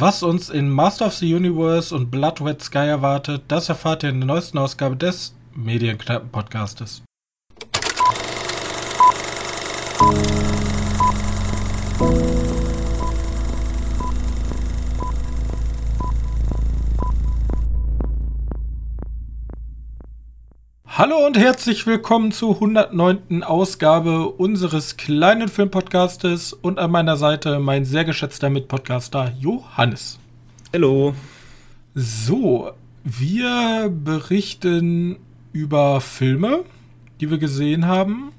Was uns in Master of the Universe und Blood Red Sky erwartet, das erfahrt ihr in der neuesten Ausgabe des Medienkneipen-Podcastes. Hallo und herzlich willkommen zur 109. Ausgabe unseres kleinen Filmpodcastes und an meiner Seite mein sehr geschätzter Mitpodcaster Johannes. Hallo. So, wir berichten über Filme, die wir gesehen haben,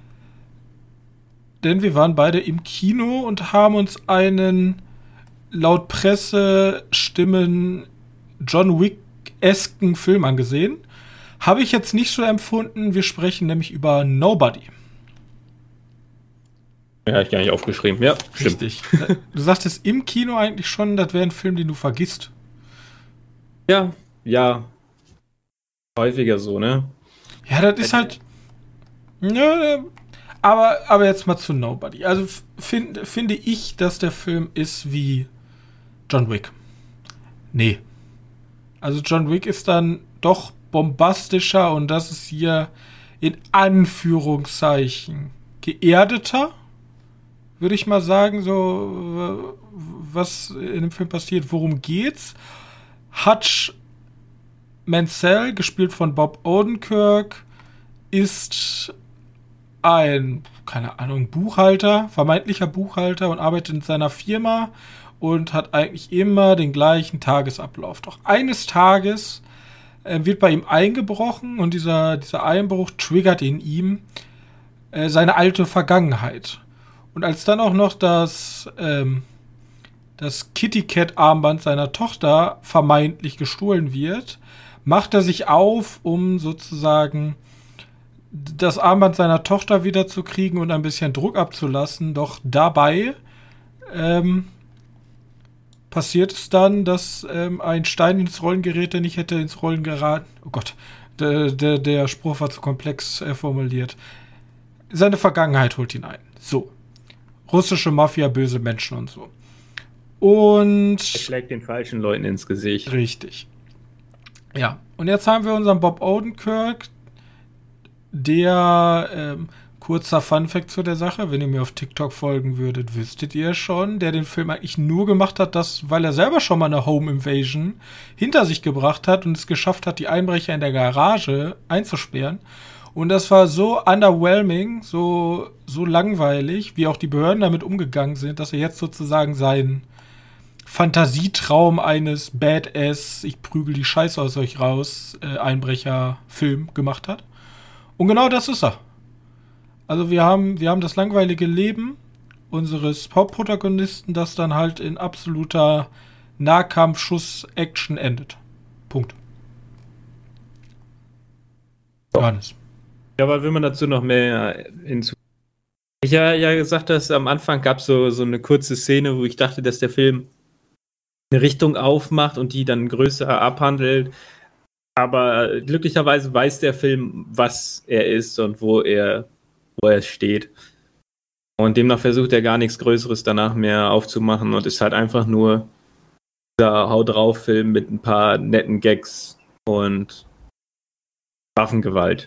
denn wir waren beide im Kino und haben uns einen laut Pressestimmen John Wick-esken Film angesehen. Habe ich jetzt nicht so empfunden. Wir sprechen nämlich über Nobody. Ja, ich gar nicht aufgeschrieben. Ja, stimmt. Richtig. Du sagtest im Kino eigentlich schon, das wäre ein Film, den du vergisst. Ja. Häufiger so, ne? Ja, das ist halt... Ja, aber jetzt mal zu Nobody. Also finde ich, dass der Film ist wie John Wick. Nee. Also John Wick ist dann doch bombastischer und das ist hier in Anführungszeichen geerdeter, würde ich mal sagen, so was in dem Film passiert. Worum geht's? Hutch Mansell, gespielt von Bob Odenkirk, ist ein, keine Ahnung, Buchhalter, vermeintlicher Buchhalter und arbeitet in seiner Firma und hat eigentlich immer den gleichen Tagesablauf. Doch eines Tages wird bei ihm eingebrochen und dieser Einbruch triggert in ihm seine alte Vergangenheit. Und als dann auch noch das Kitty Cat Armband seiner Tochter vermeintlich gestohlen wird, macht er sich auf, um sozusagen das Armband seiner Tochter wiederzukriegen und ein bisschen Druck abzulassen. Doch dabei passiert es dann, dass ein Stein ins Rollen gerät, der nicht hätte ins Rollen geraten. Oh Gott, der Spruch war zu komplex formuliert. Seine Vergangenheit holt ihn ein. So. Russische Mafia, böse Menschen und so. Und... Er schlägt den falschen Leuten ins Gesicht. Richtig. Ja, und jetzt haben wir unseren Bob Odenkirk, der... kurzer Funfact zu der Sache, wenn ihr mir auf TikTok folgen würdet, wüsstet ihr schon, der den Film eigentlich nur gemacht hat, weil er selber schon mal eine Home Invasion hinter sich gebracht hat und es geschafft hat, die Einbrecher in der Garage einzusperren. Und das war so underwhelming, so langweilig, wie auch die Behörden damit umgegangen sind, dass er jetzt sozusagen seinen Fantasietraum eines Badass, ich prügel die Scheiße aus euch raus, Einbrecher-Film gemacht hat. Und genau das ist er. Also wir haben das langweilige Leben unseres Hauptprotagonisten, das dann halt in absoluter Nahkampf-Schuss-Action endet. Punkt. Johannes. Ja, aber will man dazu noch mehr hinzu... Ich ja gesagt, dass am Anfang gab es so eine kurze Szene, wo ich dachte, dass der Film eine Richtung aufmacht und die dann größer abhandelt. Aber glücklicherweise weiß der Film, was er ist und wo er steht. Und demnach versucht er gar nichts Größeres danach mehr aufzumachen und ist halt einfach nur dieser Hau-drauf-Film mit ein paar netten Gags und Waffengewalt.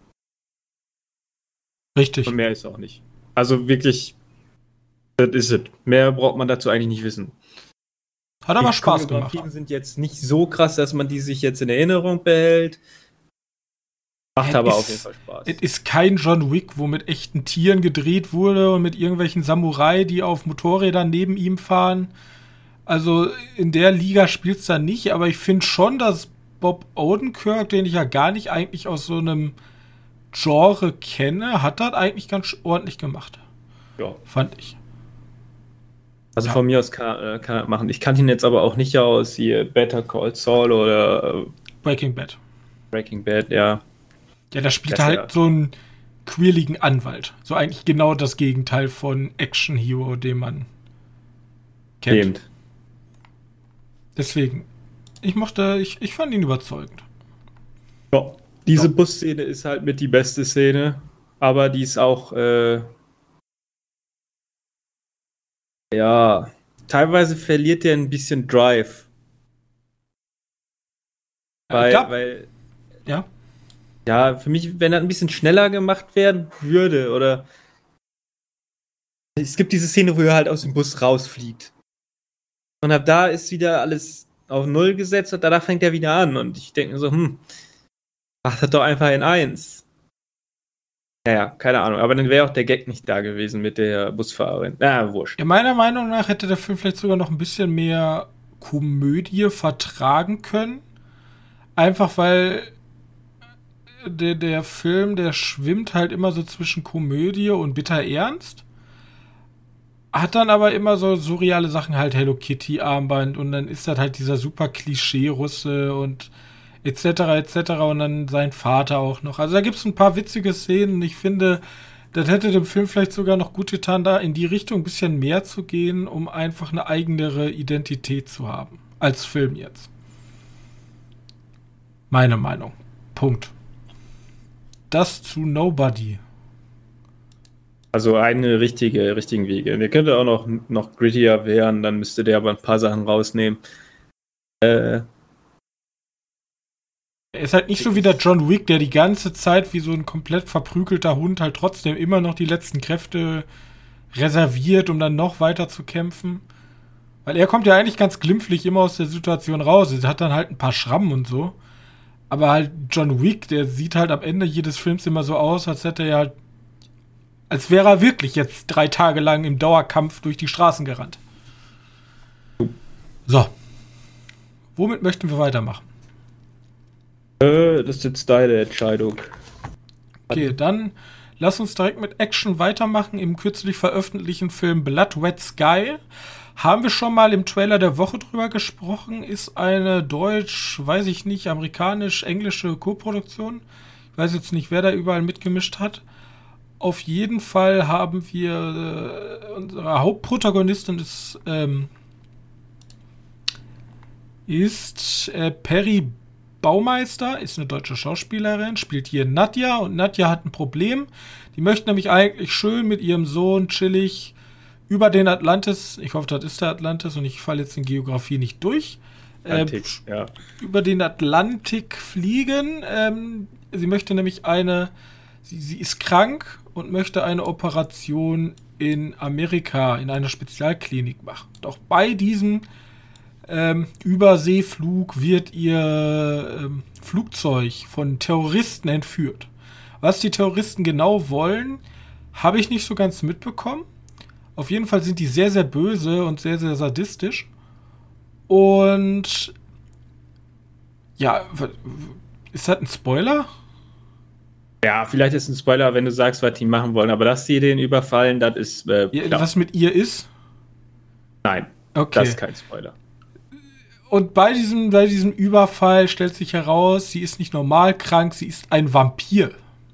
Richtig. Und mehr ist auch nicht. Also wirklich, das ist es. Mehr braucht man dazu eigentlich nicht wissen. Hat aber Spaß gemacht. Die sind jetzt nicht so krass, dass man die sich jetzt in Erinnerung behält. Macht aber auf jeden Fall Spaß. Es ist kein John Wick, wo mit echten Tieren gedreht wurde und mit irgendwelchen Samurai, die auf Motorrädern neben ihm fahren. Also in der Liga spielt es da nicht, aber ich finde schon, dass Bob Odenkirk, den ich ja gar nicht eigentlich aus so einem Genre kenne, hat das eigentlich ganz ordentlich gemacht. Ja. Fand ich. Also von mir aus kann er machen. Ich kannte ihn jetzt aber auch nicht aus hier Better Call Saul oder Breaking Bad. Breaking Bad, ja. Ja, da spielt er halt so einen quirligen Anwalt. So eigentlich genau das Gegenteil von Action Hero, den man kennt. Eben. Deswegen, ich fand ihn überzeugend. Ja, diese Busszene ist halt mit die beste Szene, aber die ist auch teilweise verliert der ein bisschen Drive. Weil ja. Ja, für mich, wenn das ein bisschen schneller gemacht werden würde, oder es gibt diese Szene, wo er halt aus dem Bus rausfliegt. Und ab da ist wieder alles auf Null gesetzt und danach fängt er wieder an. Und ich denke mir so, mach das doch einfach in 1. Naja, keine Ahnung. Aber dann wäre auch der Gag nicht da gewesen mit der Busfahrerin. Na, wurscht. Ja, meiner Meinung nach hätte der Film vielleicht sogar noch ein bisschen mehr Komödie vertragen können. Einfach weil der Film, der schwimmt halt immer so zwischen Komödie und bitter ernst. Hat dann aber immer so surreale Sachen, halt Hello Kitty Armband und dann ist das halt dieser super Klischee-Russe und etc. und dann sein Vater auch noch. Also da gibt es ein paar witzige Szenen und ich finde, das hätte dem Film vielleicht sogar noch gut getan, da in die Richtung ein bisschen mehr zu gehen, um einfach eine eigenere Identität zu haben. Als Film jetzt. Meine Meinung. Punkt. Das zu Nobody. Also richtigen Wege. Der könnte auch noch grittier werden, dann müsste der aber ein paar Sachen rausnehmen. Er ist halt nicht so wie der John Wick, der die ganze Zeit wie so ein komplett verprügelter Hund halt trotzdem immer noch die letzten Kräfte reserviert, um dann noch weiter zu kämpfen. Weil er kommt ja eigentlich ganz glimpflich immer aus der Situation raus. Er hat dann halt ein paar Schrammen und so. Aber halt John Wick, der sieht halt am Ende jedes Films immer so aus, als hätte er halt, als wäre er wirklich jetzt 3 Tage lang im Dauerkampf durch die Straßen gerannt. So. Womit möchten wir weitermachen? Das ist jetzt deine Entscheidung. Okay, dann lass uns direkt mit Action weitermachen. Im kürzlich veröffentlichten Film Blood Red Sky haben wir schon mal im Trailer der Woche drüber gesprochen. Ist eine deutsch, weiß ich nicht, amerikanisch-englische Co-Produktion. Ich weiß jetzt nicht, wer da überall mitgemischt hat. Auf jeden Fall haben wir unsere Hauptprotagonistin ist Peri Baumeister, ist eine deutsche Schauspielerin, spielt hier Nadja und Nadja hat ein Problem. Die möchte nämlich eigentlich schön mit ihrem Sohn chillig über den Atlantis, ich hoffe, das ist der Atlantis und ich falle jetzt in Geografie nicht durch, ja. über den Atlantik fliegen. Sie möchte nämlich sie ist krank und möchte eine Operation in Amerika in einer Spezialklinik machen. Doch bei diesem Überseeflug wird ihr Flugzeug von Terroristen entführt. Was die Terroristen genau wollen, habe ich nicht so ganz mitbekommen. Auf jeden Fall sind die sehr, sehr böse und sehr, sehr sadistisch. Und ja, ist das ein Spoiler? Ja, vielleicht ist ein Spoiler, wenn du sagst, was die machen wollen, aber dass die den überfallen, das ist was mit ihr ist? Nein, okay. Das ist kein Spoiler. Und bei diesem Überfall stellt sich heraus, sie ist nicht normal krank, sie ist ein Vampir.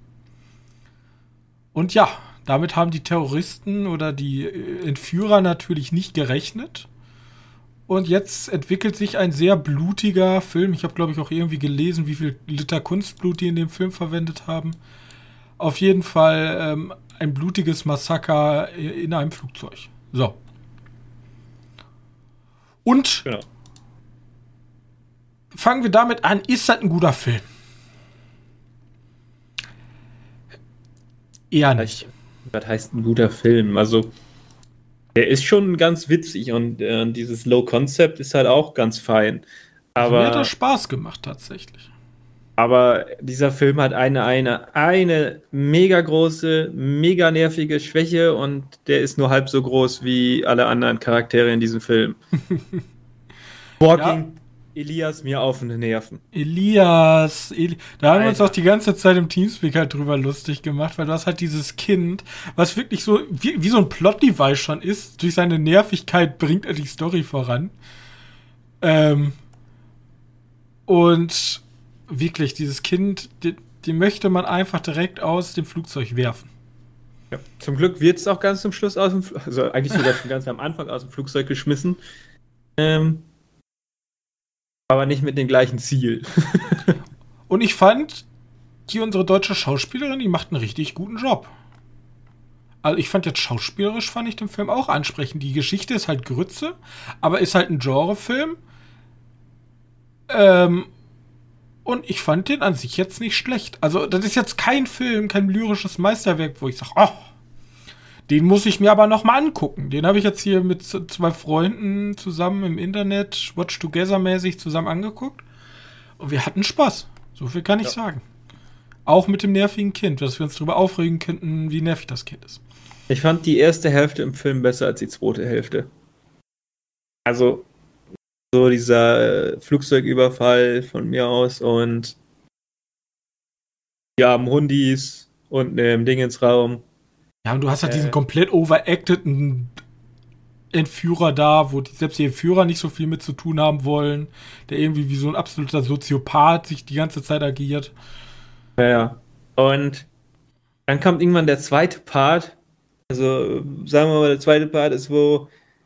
Und ja, damit haben die Terroristen oder die Entführer natürlich nicht gerechnet. Und jetzt entwickelt sich ein sehr blutiger Film. Ich habe, glaube ich, auch irgendwie gelesen, wie viel Liter Kunstblut die in dem Film verwendet haben. Auf jeden Fall ein blutiges Massaker in einem Flugzeug. So. Und genau. Fangen wir damit an, ist das ein guter Film? Eher nicht. Was heißt ein guter Film? Also, der ist schon ganz witzig und dieses Low-Concept ist halt auch ganz fein. Aber mir hat das Spaß gemacht, tatsächlich. Aber dieser Film hat eine mega große, mega nervige Schwäche und der ist nur halb so groß wie alle anderen Charaktere in diesem Film. Walking Elias mir auf den Nerven. Elias. Da haben wir uns auch die ganze Zeit im Teamspeak halt drüber lustig gemacht, weil du hast halt dieses Kind, was wirklich so wie so ein Plot-Device schon ist. Durch seine Nervigkeit bringt er die Story voran. Und wirklich, dieses Kind, die möchte man einfach direkt aus dem Flugzeug werfen. Ja. Zum Glück wird es auch ganz zum Schluss also eigentlich sogar schon ganz am Anfang aus dem Flugzeug geschmissen. Aber nicht mit dem gleichen Ziel. Und ich fand, unsere deutsche Schauspielerin, die macht einen richtig guten Job. Also ich fand jetzt schauspielerisch, fand ich den Film auch ansprechend. Die Geschichte ist halt Grütze, aber ist halt ein Genrefilm. Ähm, und ich fand den an sich jetzt nicht schlecht. Also das ist jetzt kein Film, kein lyrisches Meisterwerk, wo ich sage, oh, den muss ich mir aber noch mal angucken. Den habe ich jetzt hier mit zwei Freunden zusammen im Internet, Watch Together mäßig zusammen angeguckt. Und wir hatten Spaß. So viel kann ich sagen. Auch mit dem nervigen Kind, dass wir uns darüber aufregen könnten, wie nervig das Kind ist. Ich fand die erste Hälfte im Film besser als die zweite Hälfte. Also, so dieser Flugzeugüberfall von mir aus und die armen Hundis und im Dingensraum. Ja, und du hast halt diesen komplett overacteden Entführer da, wo selbst die Entführer nicht so viel mit zu tun haben wollen, der irgendwie wie so ein absoluter Soziopath sich die ganze Zeit agiert. Ja. Und dann kommt irgendwann der zweite Part. Also, sagen wir mal, der zweite Part ist, wo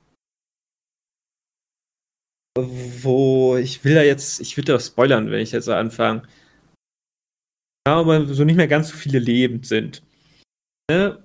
ich würde da spoilern, wenn ich jetzt so anfange. Ja, aber so nicht mehr ganz so viele lebend sind. Ne?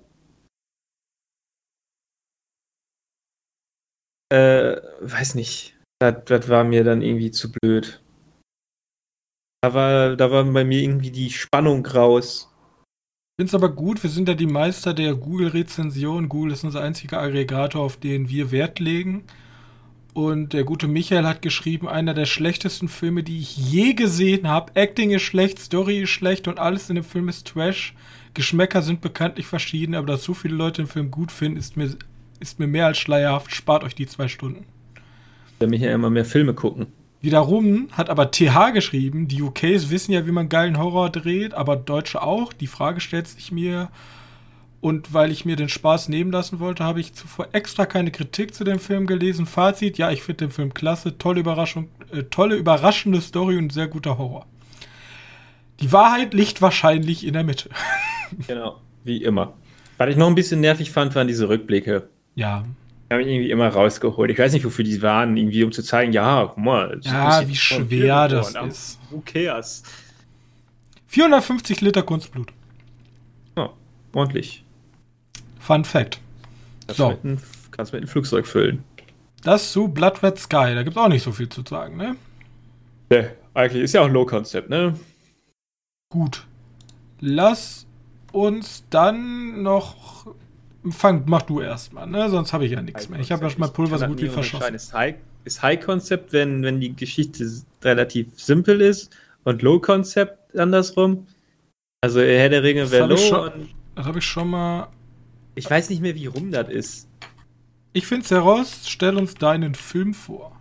Weiß nicht. Das war mir dann irgendwie zu blöd. Da war bei mir irgendwie die Spannung raus. Ich finde es aber gut, wir sind ja die Meister der Google-Rezension. Google ist unser einziger Aggregator, auf den wir Wert legen. Und der gute Michael hat geschrieben, einer der schlechtesten Filme, die ich je gesehen habe. Acting ist schlecht, Story ist schlecht und alles in dem Film ist Trash. Geschmäcker sind bekanntlich verschieden, aber dass so viele Leute den Film gut finden, ist mir mehr als schleierhaft. Spart euch die 2 Stunden. Da mich ja immer mehr Filme gucken. Wiederum hat aber TH geschrieben, die UKs wissen ja, wie man geilen Horror dreht, aber Deutsche auch. Die Frage stellt sich mir. Und weil ich mir den Spaß nehmen lassen wollte, habe ich zuvor extra keine Kritik zu dem Film gelesen. Fazit, ja, ich finde den Film klasse, tolle Überraschung, tolle, überraschende Story und sehr guter Horror. Die Wahrheit liegt wahrscheinlich in der Mitte. Genau, wie immer. Was ich noch ein bisschen nervig fand, waren diese Rückblicke. Ja. Die habe ich irgendwie immer rausgeholt. Ich weiß nicht, wofür die waren, irgendwie um zu zeigen, ja, guck mal. Ja, wie schwer das ist. Who cares? 450 Liter Kunstblut. Ja, ordentlich. Fun Fact. Kannst mit einem Flugzeug füllen. Das zu Blood Red Sky. Da gibt es auch nicht so viel zu sagen, ne? Ja, eigentlich ist ja auch ein Low-Concept, ne? Gut. Lass uns dann noch... Mach du erstmal, ne? Sonst habe ich ja nichts mehr. Ich habe ja schon mal Pulver so gut wie verschossen. Ist High-Concept, wenn die Geschichte relativ simpel ist und Low-Concept andersrum? Also Herr der Ringe wäre Low. Das habe ich schon mal... Ich weiß nicht mehr, wie rum das ist. Ich finde es heraus, stell uns deinen Film vor.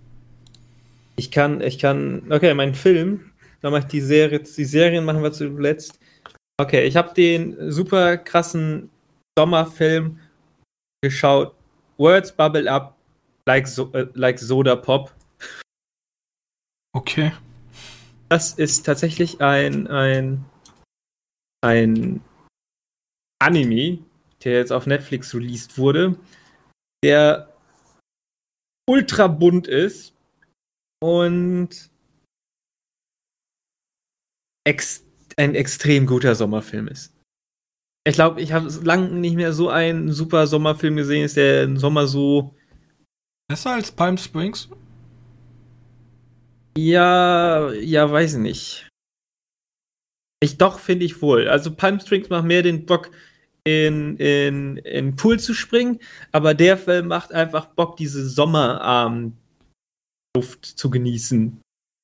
Okay, mein Film, dann mache ich die Serien machen wir zuletzt. Okay, ich habe den super krassen Sommerfilm geschaut. Words Bubble Up like Soda Pop. Okay. Das ist tatsächlich ein Anime, der jetzt auf Netflix released wurde, der ultra bunt ist und ein extrem guter Sommerfilm ist. Ich glaube, ich habe lange nicht mehr so einen super Sommerfilm gesehen, ist der im Sommer so... Besser als Palm Springs? Ja, weiß ich nicht. Doch, finde ich wohl. Also Palm Springs macht mehr den Bock, in Pool zu springen, aber der Film macht einfach Bock, diese Sommerabendluft zu genießen.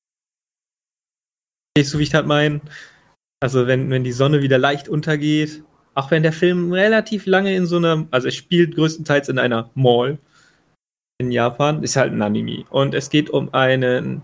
Weißt du, wie ich das meine? Also wenn die Sonne wieder leicht untergeht, auch wenn der Film relativ lange also es spielt größtenteils in einer Mall in Japan, ist halt ein Anime. Und es geht um einen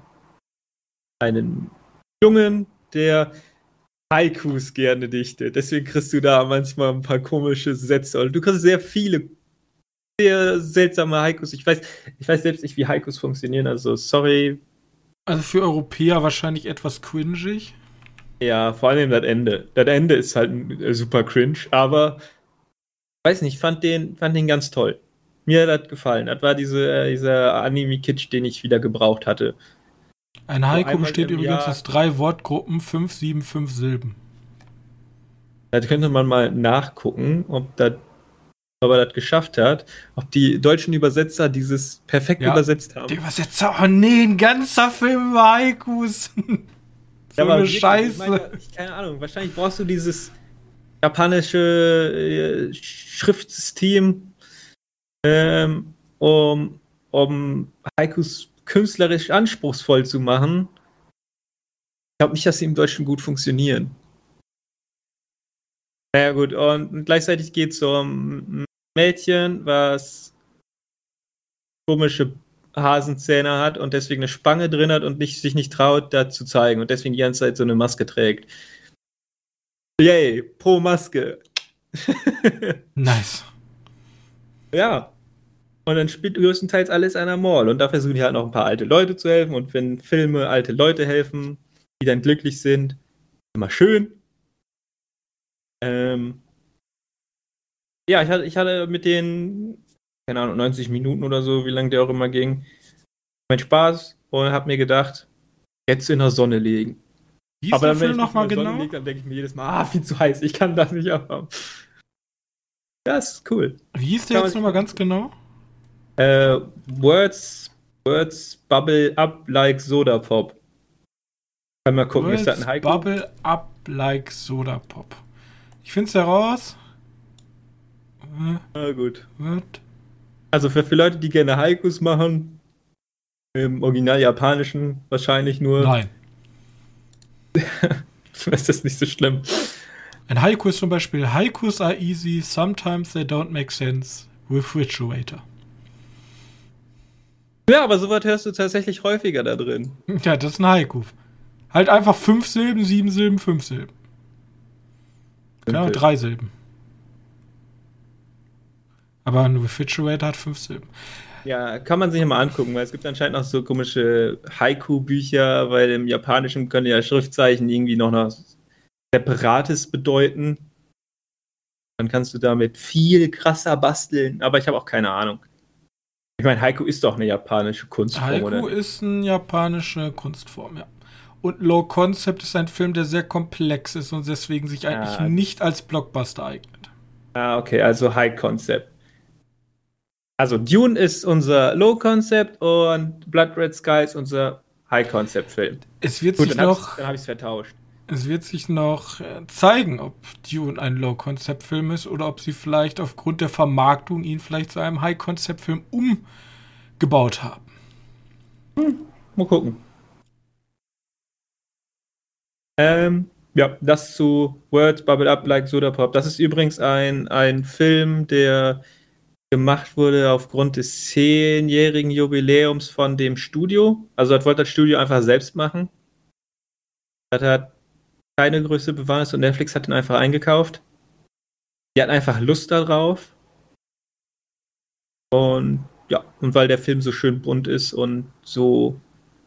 Jungen, der Haikus gerne dichtet. Deswegen kriegst du da manchmal ein paar komische Sätze. Und du kriegst sehr viele, sehr seltsame Haikus. Ich weiß selbst nicht, wie Haikus funktionieren, also sorry. Also für Europäer wahrscheinlich etwas cringig. Ja, vor allem das Ende. Das Ende ist halt super cringe, aber weiß nicht, fand den ganz toll. Mir hat das gefallen. Das war dieser Anime-Kitsch, den ich wieder gebraucht hatte. Ein Haiku besteht übrigens aus 3 Wortgruppen, 5, 7, 5 Silben. Da könnte man mal nachgucken, ob das ob er das geschafft hat, ob die deutschen Übersetzer dieses perfekt übersetzt haben. Die Übersetzer, oh nee, ein ganzer Film über Haikus. So eine wirklich, Scheiße. Ich meine, keine Ahnung, wahrscheinlich brauchst du dieses japanische Schriftsystem, um Haikus künstlerisch anspruchsvoll zu machen. Ich glaube nicht, dass sie im Deutschen gut funktionieren. Naja gut, und gleichzeitig geht es um ein Mädchen, was komische Hasenzähne hat und deswegen eine Spange drin hat und sich nicht traut, da zu zeigen und deswegen die ganze Zeit so eine Maske trägt. Yay, pro Maske. Nice. Ja. Und dann spielt größtenteils alles einer Mall. Und da versuchen die halt noch ein paar alte Leute zu helfen. Und wenn Filme alte Leute helfen, die dann glücklich sind, immer schön. Ja, ich hatte mit den, keine Ahnung, 90 Minuten oder so, wie lange der auch immer ging, meinen Spaß und habe mir gedacht, jetzt in der Sonne legen. Wie ist Aber der dann, wenn Film ich das nochmal in der Sonne genau? lege, dann denke ich mir jedes Mal, viel zu heiß, ich kann das nicht abhaben. Das ist cool. Wie hieß der jetzt nochmal ganz genau? Words bubble up like Soda Pop. Kann mal gucken, ist das ein Haiku? Bubble up like Soda Pop. Ich find's heraus. Na gut. What? Also für Leute, die gerne Haikus machen, im Original Japanischen wahrscheinlich nur. Nein. Ist das nicht so schlimm. Ein Haiku ist zum Beispiel: Haikus are easy, sometimes they don't make sense. Refrigerator. Ja, aber sowas hörst du tatsächlich häufiger da drin. Ja, das ist ein Haiku. Halt einfach 5 Silben, 7 Silben, 5 Silben. Genau, 3 Silben. Aber ein Refrigerator hat 5 Silben. Ja, kann man sich ja mal angucken, weil es gibt anscheinend auch so komische Haiku-Bücher, weil im Japanischen können ja Schriftzeichen irgendwie noch Separates bedeuten. Dann kannst du damit viel krasser basteln, aber ich habe auch keine Ahnung. Ich meine, Haiku ist doch eine japanische Kunstform, Haiku oder? ist eine japanische Kunstform, ja. Und Low Concept ist ein Film, der sehr komplex ist und deswegen sich eigentlich nicht als Blockbuster eignet. Ah, okay, also High Concept. Also Dune ist unser Low Concept und Blood Red Sky ist unser High Concept Film. Es wird Gut, sich dann noch, habe ich es vertauscht. es wird sich noch zeigen, ob Dune ein Low Concept Film ist oder ob sie vielleicht aufgrund der Vermarktung ihn vielleicht zu einem High Concept Film umgebaut haben. Mal gucken. Ja, das zu Words Bubble Up Like Soda Pop. Das ist übrigens ein Film, der gemacht wurde aufgrund des 10-jährigen Jubiläums von dem Studio. Also das wollte das Studio einfach selbst machen. Das hat keine größere Bewandtnis und Netflix hat ihn einfach eingekauft. Die hatten einfach Lust darauf. Und ja, und weil der Film so schön bunt ist und so.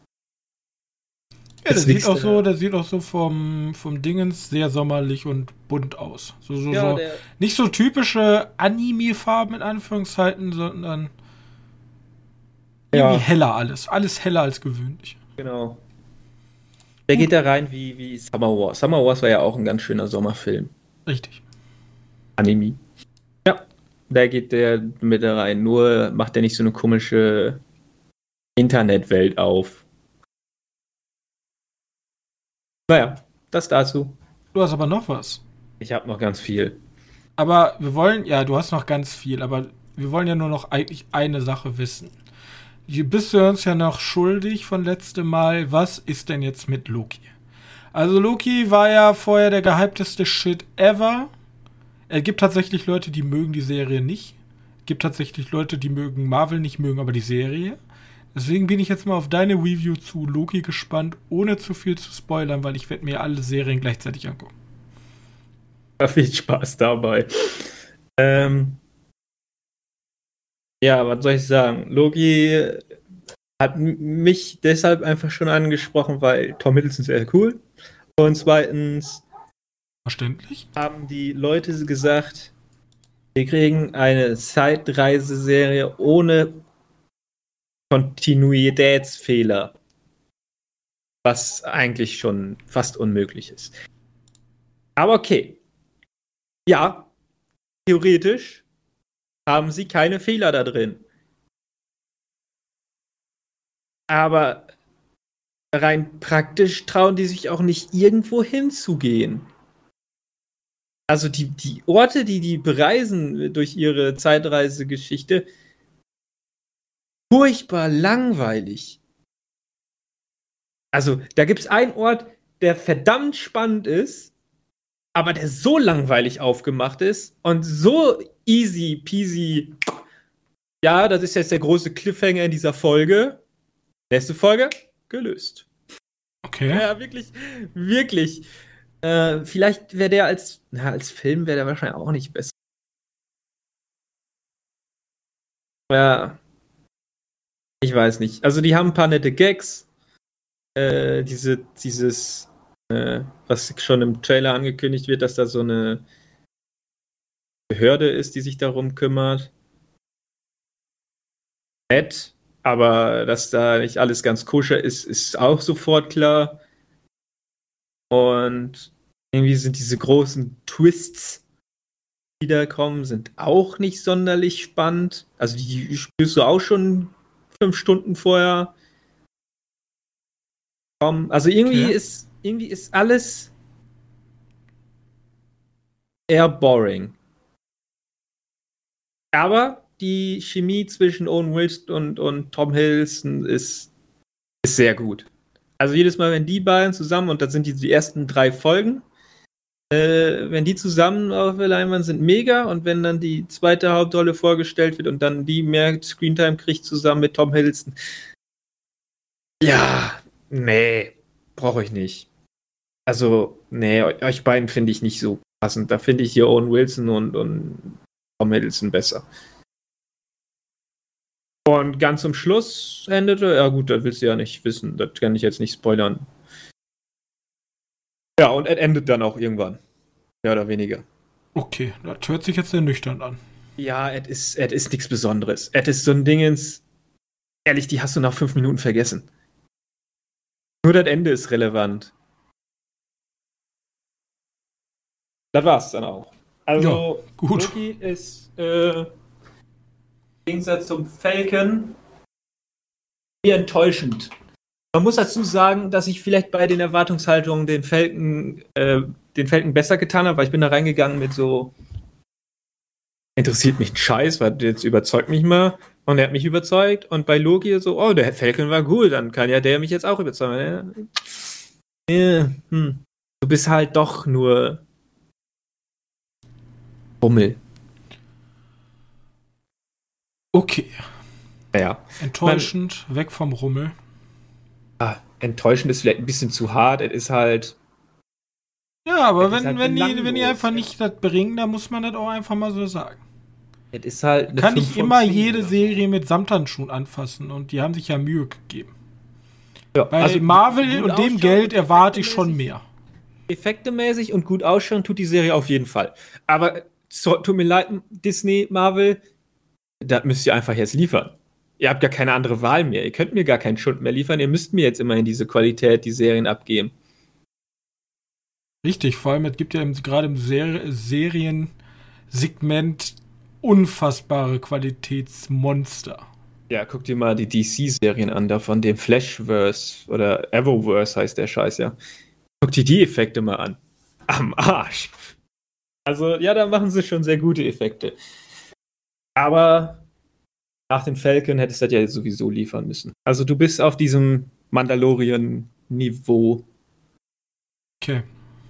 Ja, der sieht auch so vom Dingens sehr sommerlich und bunt aus. Ja, so nicht so typische Anime-Farben in Anführungszeichen, sondern irgendwie heller alles. Alles heller als gewöhnlich. Genau. Der geht da rein wie Summer Wars. Summer Wars war ja auch ein ganz schöner Sommerfilm. Richtig. Anime. Ja, da geht der mit da rein. Nur macht er nicht so eine komische Internetwelt auf. Naja, das dazu. Du hast aber noch was. Ich habe noch ganz viel. Aber wir wollen, ja, du hast noch ganz viel, aber wir wollen ja nur noch eigentlich eine Sache wissen. Hier bist du uns ja noch schuldig von letztem Mal. Was ist denn jetzt mit Loki? Also Loki war ja vorher der gehypteste Shit ever. Es gibt tatsächlich Leute, die mögen die Serie nicht. Es gibt tatsächlich Leute, die mögen Marvel nicht, mögen aber die Serie. Deswegen bin ich jetzt mal auf deine Review zu Loki gespannt, ohne zu viel zu spoilern, weil ich werde mir alle Serien gleichzeitig angucken. Viel Spaß dabei. Ja, was soll ich sagen? Loki hat mich deshalb einfach schon angesprochen, weil Tom Hiddleston sehr cool. Und zweitens Verständlich? haben die Leute gesagt, wir kriegen eine Zeitreiseserie ohne Kontinuitätsfehler. Was eigentlich schon fast unmöglich ist. Aber okay. Ja, theoretisch haben sie keine Fehler da drin. Aber rein praktisch trauen die sich auch nicht irgendwo hinzugehen. Also die Orte, die bereisen durch ihre Zeitreisegeschichte, furchtbar langweilig. Also da gibt es einen Ort, der verdammt spannend ist, aber der so langweilig aufgemacht ist und so easy peasy. Ja, das ist jetzt der große Cliffhanger in dieser Folge. Nächste Folge, gelöst. Okay. Ja, wirklich, wirklich. Vielleicht wäre der als Film wäre der wahrscheinlich auch nicht besser. Ja, ich weiß nicht. Also die haben ein paar nette Gags. Dieses, was schon im Trailer angekündigt wird, dass da so eine Behörde ist, die sich darum kümmert. Nett, aber dass da nicht alles ganz koscher ist, ist auch sofort klar. Und irgendwie sind diese großen Twists, die da kommen, sind auch nicht sonderlich spannend. Also die spürst du auch schon 5 Stunden vorher. Also irgendwie ist alles eher boring. Aber die Chemie zwischen Owen Wilson und Tom Hiddleston ist sehr gut. Also jedes Mal, wenn die beiden zusammen, und das sind die ersten 3 Folgen, wenn die zusammen auf der Leinwand sind, mega. Und wenn dann die zweite Hauptrolle vorgestellt wird und dann die mehr Screentime kriegt zusammen mit Tom Hiddleston. Ja, nee, brauche ich nicht. Also, nee, euch beiden finde ich nicht so passend. Da finde ich hier Owen Wilson und Tom Hiddleston besser. Und ganz zum Schluss endete, ja gut, das willst du ja nicht wissen, das kann ich jetzt nicht spoilern. Ja, und es endet dann auch irgendwann. Mehr oder weniger. Okay, das hört sich jetzt sehr nüchtern an. Ja, es ist nichts Besonderes. Es ist so ein Dingens, ehrlich, die hast du nach 5 Minuten vergessen. Nur das Ende ist relevant. Das war's dann auch. Also, ja, gut. Loki ist im Gegensatz zum Falcon eher enttäuschend. Man muss dazu sagen, dass ich vielleicht bei den Erwartungshaltungen den Falcon besser getan habe, weil ich bin da reingegangen mit so interessiert mich ein Scheiß, weil jetzt überzeugt mich mal. Und er hat mich überzeugt. Und bei Loki so, oh, der Falcon war gut, dann kann ja der mich jetzt auch überzeugen. Du bist halt doch nur Rummel. Okay. Ja. Enttäuschend, weg vom Rummel. Enttäuschend ist vielleicht ein bisschen zu hart. Es ist halt. Ja, aber wenn die einfach nicht das bringen, dann muss man das auch einfach mal so sagen. Es ist halt kann nicht immer jede Serie mit Samthandschuhen anfassen und die haben sich ja Mühe gegeben. Ja, bei also Marvel und dem Geld erwarte ich schon mehr. Effektemäßig und gut ausschauen tut die Serie auf jeden Fall. Aber tut mir leid, Disney, Marvel, das müsst ihr einfach jetzt liefern. Ihr habt gar keine andere Wahl mehr. Ihr könnt mir gar keinen Schund mehr liefern. Ihr müsst mir jetzt immerhin diese Qualität, die Serien abgeben. Richtig, vor allem es gibt ja gerade im Seriensegment unfassbare Qualitätsmonster. Ja, guck dir mal die DC-Serien an, da von dem Flashverse oder Arrowverse heißt der Scheiß, ja. Guck dir die Effekte mal an. Am Arsch. Also, ja, da machen sie schon sehr gute Effekte. Aber nach dem Falcon hättest du das ja sowieso liefern müssen. Also, du bist auf diesem Mandalorian-Niveau. Okay.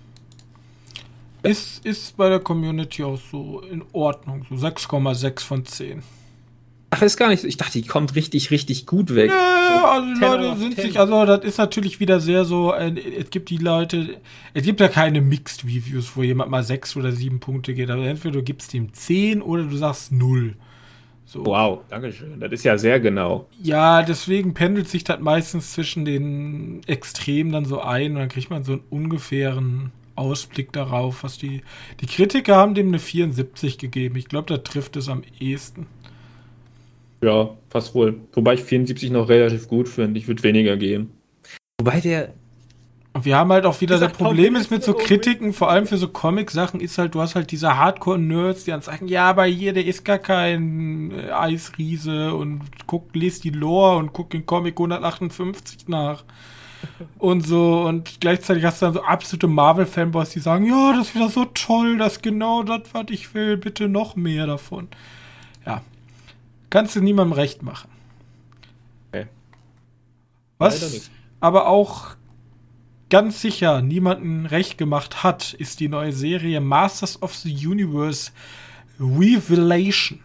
Ist bei der Community auch so in Ordnung. So 6,6 von 10. Ach, ist gar nicht so. Ich dachte, die kommt richtig, richtig gut weg. Ja, also die Leute sind sich, also das ist natürlich wieder sehr so, es gibt ja keine Mixed Reviews, wo jemand mal 6 oder 7 Punkte geht. Also entweder du gibst ihm 10 oder du sagst 0. So. Wow, dankeschön. Das ist ja sehr genau. Ja, deswegen pendelt sich das meistens zwischen den Extremen dann so ein und dann kriegt man so einen ungefähren Ausblick darauf, was die Kritiker haben dem eine 74 gegeben. Ich glaube, da trifft es am ehesten. Ja, fast wohl. Wobei ich 74 noch relativ gut finde. Ich würde weniger geben. Wobei der Und wir haben halt auch wieder, Dieser das Problem Tom ist mit so Hiddleston Kritiken, vor allem für so Comic-Sachen, ist halt, du hast halt diese Hardcore-Nerds, die dann sagen, ja, aber hier, der ist gar kein Eisriese und lest die Lore und guck den Comic 158 nach. Und so, und gleichzeitig hast du dann so absolute Marvel-Fanboys, die sagen, ja, das ist wieder so toll, das ist genau das, was ich will, bitte noch mehr davon. Ja, kannst du niemandem recht machen. Okay. Leider Was nicht. aber auch ganz sicher niemanden recht gemacht hat, ist die neue Serie Masters of the Universe Revelation.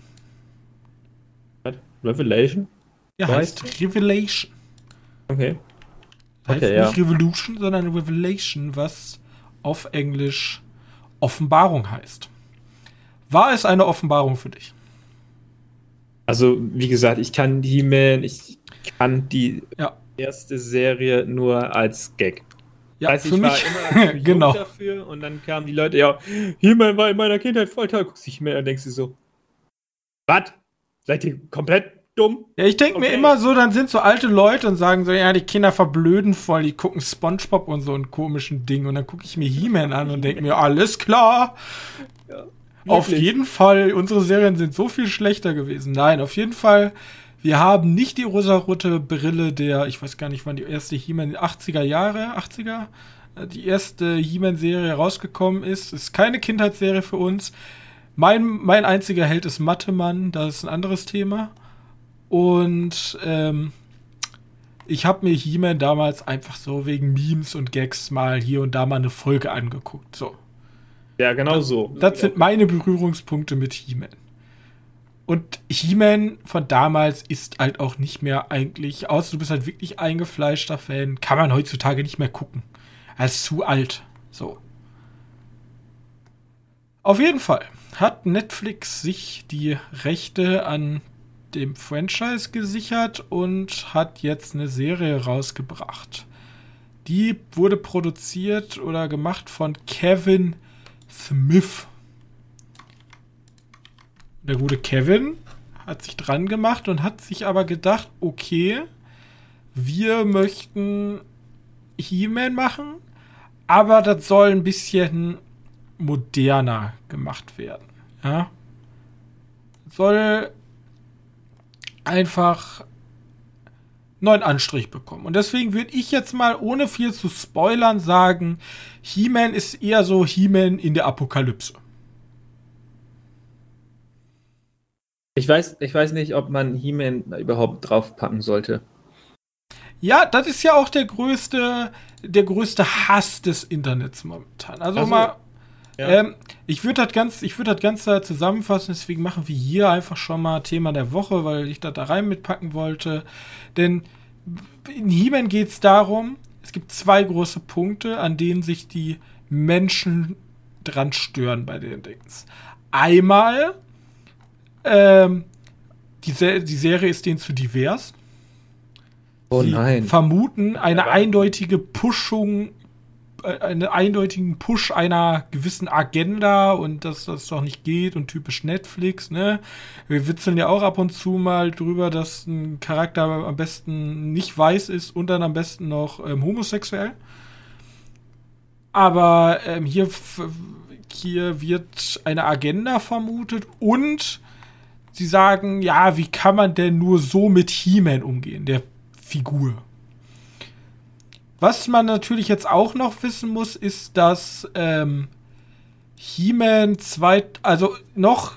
Was? Revelation? Ja, So heißt Revelation. Okay. Heißt Okay, ja. nicht Revolution, sondern Revelation, was auf Englisch Offenbarung heißt. War es eine Offenbarung für dich? Also, wie gesagt, ich kann die Ja. erste Serie nur als Gag. Ja, Weiß, für ich war mich immer zu jung genau. dafür und dann kamen die Leute, ja, He-Man war in meiner Kindheit voll toll, guckst dich mehr und denkst du so, was? Seid ihr komplett dumm? Ja, ich denke mir Okay. immer so, dann sind so alte Leute und sagen so, ja, die Kinder verblöden voll, die gucken SpongeBob und so einen komischen Ding und dann gucke ich mir He-Man an und denke mir, alles klar. Ja, Auf wirklich. jeden Fall, unsere Serien sind so viel schlechter gewesen. Nein, auf jeden Fall, wir haben nicht die rosarote Brille der, ich weiß gar nicht, wann die erste He-Man, 80er, die erste He-Man-Serie rausgekommen ist. Ist keine Kindheitsserie für uns. Mein einziger Held ist Mathe-Mann, das ist ein anderes Thema. Und ich habe mir He-Man damals einfach so wegen Memes und Gags mal hier und da mal eine Folge angeguckt. So. Ja, genau so. Das sind meine Berührungspunkte mit He-Man. Und He-Man von damals ist halt auch nicht mehr eigentlich, außer du bist halt wirklich eingefleischter Fan, kann man heutzutage nicht mehr gucken. Er ist zu alt. So. Auf jeden Fall hat Netflix sich die Rechte an dem Franchise gesichert und hat jetzt eine Serie rausgebracht. Die wurde produziert oder gemacht von Kevin Smith. Der gute Kevin hat sich dran gemacht und hat sich aber gedacht, okay, wir möchten He-Man machen, aber das soll ein bisschen moderner gemacht werden. Ja? Soll einfach neuen Anstrich bekommen. Und deswegen würde ich jetzt mal, ohne viel zu spoilern, sagen, He-Man ist eher so He-Man in der Apokalypse. Ich weiß nicht, ob man He-Man überhaupt draufpacken sollte. Ja, das ist ja auch der größte Hass des Internets momentan. Also Ach so. mal, Ja. ich würde das Ganze zusammenfassen, deswegen machen wir hier einfach schon mal Thema der Woche, weil ich das da rein mitpacken wollte. Denn in He-Man geht es darum, es gibt zwei große Punkte, an denen sich die Menschen dran stören bei den Dings. Einmal, die Serie ist denen zu divers. Oh Sie nein. vermuten eine Aber- eindeutige Pushung, einen eindeutigen Push einer gewissen Agenda und dass das doch nicht geht und typisch Netflix, ne? Wir witzeln ja auch ab und zu mal drüber, dass ein Charakter am besten nicht weiß ist und dann am besten noch homosexuell. Aber hier wird eine Agenda vermutet und sie sagen, ja, wie kann man denn nur so mit He-Man umgehen, der Figur? Was man natürlich jetzt auch noch wissen muss, ist, dass He-Man noch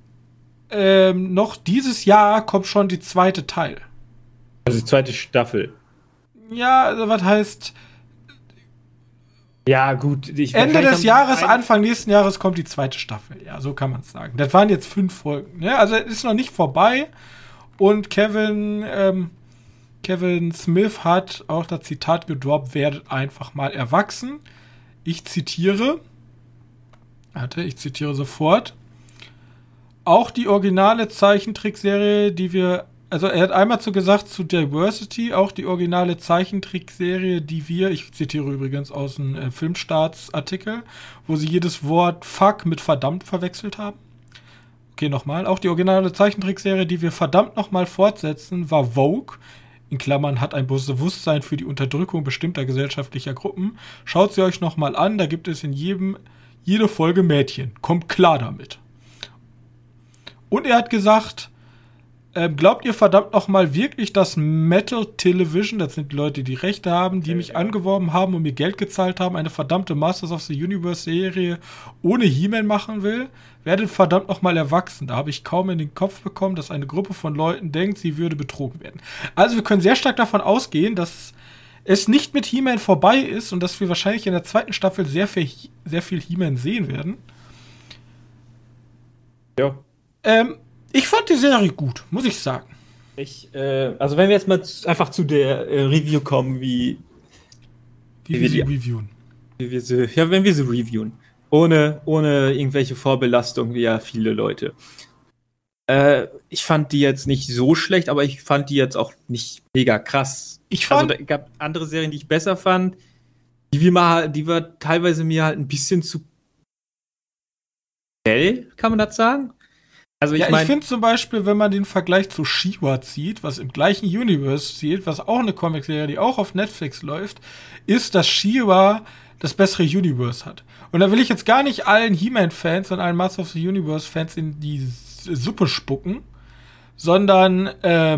dieses Jahr kommt schon die zweite Teil. Also die zweite Staffel. Ja, also was heißt, Ja, gut. Ende wahrscheinlich haben des sie Jahres, ein- Anfang nächsten Jahres kommt die zweite Staffel. Ja, so kann man es sagen. Das waren jetzt 5 Folgen. Ne? Also es ist noch nicht vorbei. Und Kevin Smith hat auch das Zitat gedroppt, werdet einfach mal erwachsen. Ich zitiere sofort. Auch die originale Zeichentrickserie, also er hat einmal gesagt zu Diversity, auch die originale Zeichentrickserie, ich zitiere übrigens aus dem Filmstarts-Artikel, wo sie jedes Wort fuck mit verdammt verwechselt haben. Okay, nochmal. Auch die originale Zeichentrickserie, die wir verdammt nochmal fortsetzen, war Vogue. in Klammern, hat ein Bewusstsein für die Unterdrückung bestimmter gesellschaftlicher Gruppen. Schaut sie euch nochmal an, da gibt es in jede Folge Mädchen. Kommt klar damit. Und er hat gesagt, glaubt ihr verdammt nochmal wirklich, dass Metal Television, das sind die Leute, die Rechte haben, die mich angeworben haben und mir Geld gezahlt haben, eine verdammte Masters of the Universe Serie ohne He-Man machen will? Werdet verdammt nochmal erwachsen. Da habe ich kaum in den Kopf bekommen, dass eine Gruppe von Leuten denkt, sie würde betrogen werden. Also wir können sehr stark davon ausgehen, dass es nicht mit He-Man vorbei ist und dass wir wahrscheinlich in der zweiten Staffel sehr viel He-Man sehen werden. Ja. Ich fand die Serie gut, muss ich sagen. Also wenn wir jetzt mal einfach zu der Review kommen, wie wir sie reviewen. Wenn wir sie reviewen. Ohne irgendwelche Vorbelastung, wie ja viele Leute. Ich fand die jetzt nicht so schlecht, aber ich fand die jetzt auch nicht mega krass. Es gab andere Serien, die ich besser fand, die war teilweise mir halt ein bisschen zu schnell, kann man das sagen? Also ich finde zum Beispiel, wenn man den Vergleich zu She-Ra zieht, was im gleichen Universe zieht, was auch eine Comicserie, die auch auf Netflix läuft, ist, dass She-Ra das bessere Universe hat. Und da will ich jetzt gar nicht allen He-Man-Fans und allen Masters of the Universe-Fans in die Suppe spucken, sondern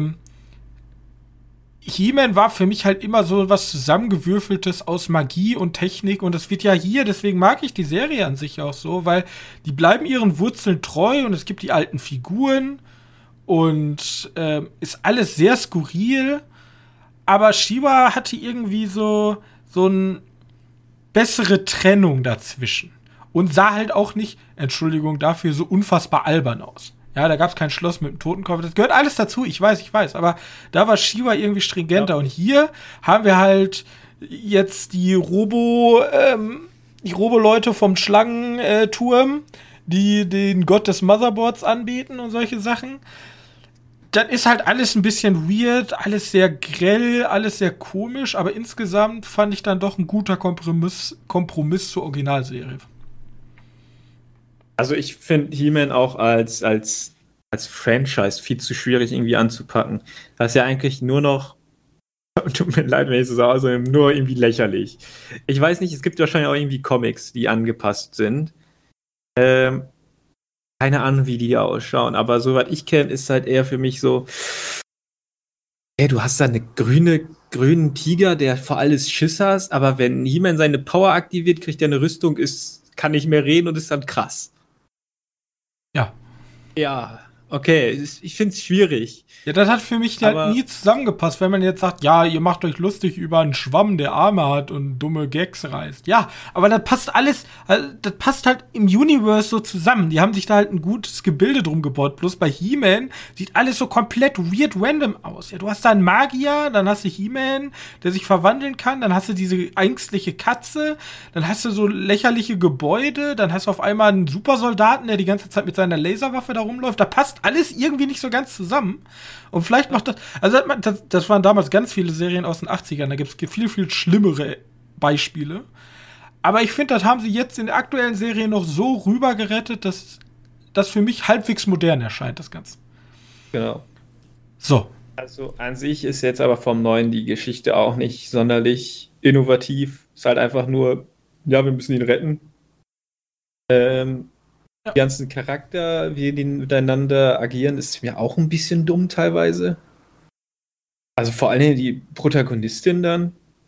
He-Man war für mich halt immer so was Zusammengewürfeltes aus Magie und Technik und das wird ja hier, deswegen mag ich die Serie an sich auch so, weil die bleiben ihren Wurzeln treu und es gibt die alten Figuren und ist alles sehr skurril, aber She-Ra hatte irgendwie so eine bessere Trennung dazwischen und sah halt auch nicht, Entschuldigung dafür, so unfassbar albern aus. Ja, da gab es kein Schloss mit dem Totenkopf. Das gehört alles dazu, ich weiß. Aber da war She-Ra irgendwie stringenter. Ja. Und hier haben wir halt jetzt die Robo-Leute vom Schlangenturm, die den Gott des Motherboards anbeten und solche Sachen. Das ist halt alles ein bisschen weird, alles sehr grell, alles sehr komisch. Aber insgesamt fand ich dann doch ein guter Kompromiss zur Originalserie. Also ich finde He-Man auch als Franchise viel zu schwierig irgendwie anzupacken. Das ist ja eigentlich nur noch, tut mir leid, wenn ich so sage, also nur irgendwie lächerlich. Ich weiß nicht, es gibt wahrscheinlich auch irgendwie Comics, die angepasst sind. Keine Ahnung, wie die ausschauen, aber soweit ich kenne, ist halt eher für mich so, du hast da einen grünen Tiger, der vor alles Schiss hast, aber wenn He-Man seine Power aktiviert, kriegt er eine Rüstung, kann nicht mehr reden und ist dann krass. Ja, okay, ich finde es schwierig. Ja, das hat für mich halt nie zusammengepasst, wenn man jetzt sagt, ja, ihr macht euch lustig über einen Schwamm, der Arme hat und dumme Gags reißt. Ja, aber das passt alles, das passt halt im Universe so zusammen. Die haben sich da halt ein gutes Gebilde drum gebaut. Bloß bei He-Man sieht alles so komplett weird random aus. Ja, du hast da einen Magier, dann hast du He-Man, der sich verwandeln kann, dann hast du diese ängstliche Katze, dann hast du so lächerliche Gebäude, dann hast du auf einmal einen Supersoldaten, der die ganze Zeit mit seiner Laserwaffe da rumläuft. Da passt alles irgendwie nicht so ganz zusammen. Und vielleicht macht das waren damals ganz viele Serien aus den 80ern, da gibt es viel, viel schlimmere Beispiele. Aber ich finde, das haben sie jetzt in der aktuellen Serie noch so rübergerettet, dass das für mich halbwegs modern erscheint, das Ganze. Genau. So. Also an sich ist jetzt aber vom Neuen die Geschichte auch nicht sonderlich innovativ. Ist halt einfach nur, ja, wir müssen ihn retten. Die ganzen Charakter, wie die miteinander agieren, ist mir auch ein bisschen dumm teilweise. Also vor allem die Protagonistin dann.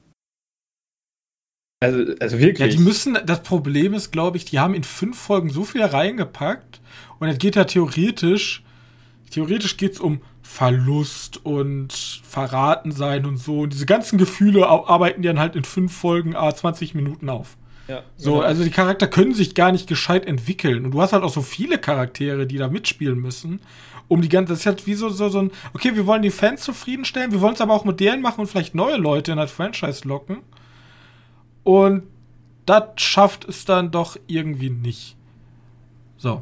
Also wirklich. Ja, die müssen, das Problem ist, glaube ich, die haben in 5 Folgen so viel reingepackt und es geht ja theoretisch geht's um Verlust und Verraten sein und so. Und diese ganzen Gefühle arbeiten die dann halt in 5 Folgen 20 Minuten auf. Ja, so, genau. Also die Charakter können sich gar nicht gescheit entwickeln. Und du hast halt auch so viele Charaktere, die da mitspielen müssen. Das ist halt wie so ein, okay, wir wollen die Fans zufriedenstellen, wir wollen es aber auch modern machen und vielleicht neue Leute in das Franchise locken. Und das schafft es dann doch irgendwie nicht. So.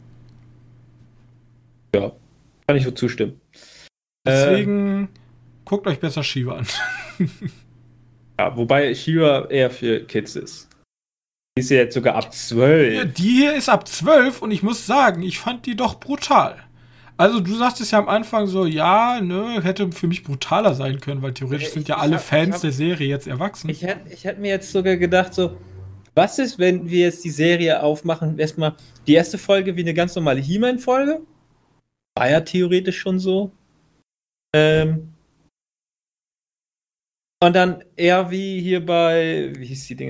Ja, kann ich so zustimmen. Deswegen guckt euch besser She-Ra an. Ja, wobei She-Ra eher für Kids ist. Die ist ja jetzt sogar ab 12. Ja, die hier ist ab 12 und ich muss sagen, ich fand die doch brutal. Also du sagtest ja am Anfang so, ja, ne, hätte für mich brutaler sein können, weil theoretisch sind ja alle Fans der Serie jetzt erwachsen. Ich hätte mir jetzt sogar gedacht, so, was ist, wenn wir jetzt die Serie aufmachen, erstmal die erste Folge wie eine ganz normale He-Man-Folge? War ja theoretisch schon so. Und dann eher wie hier bei, wie hieß die Dinge?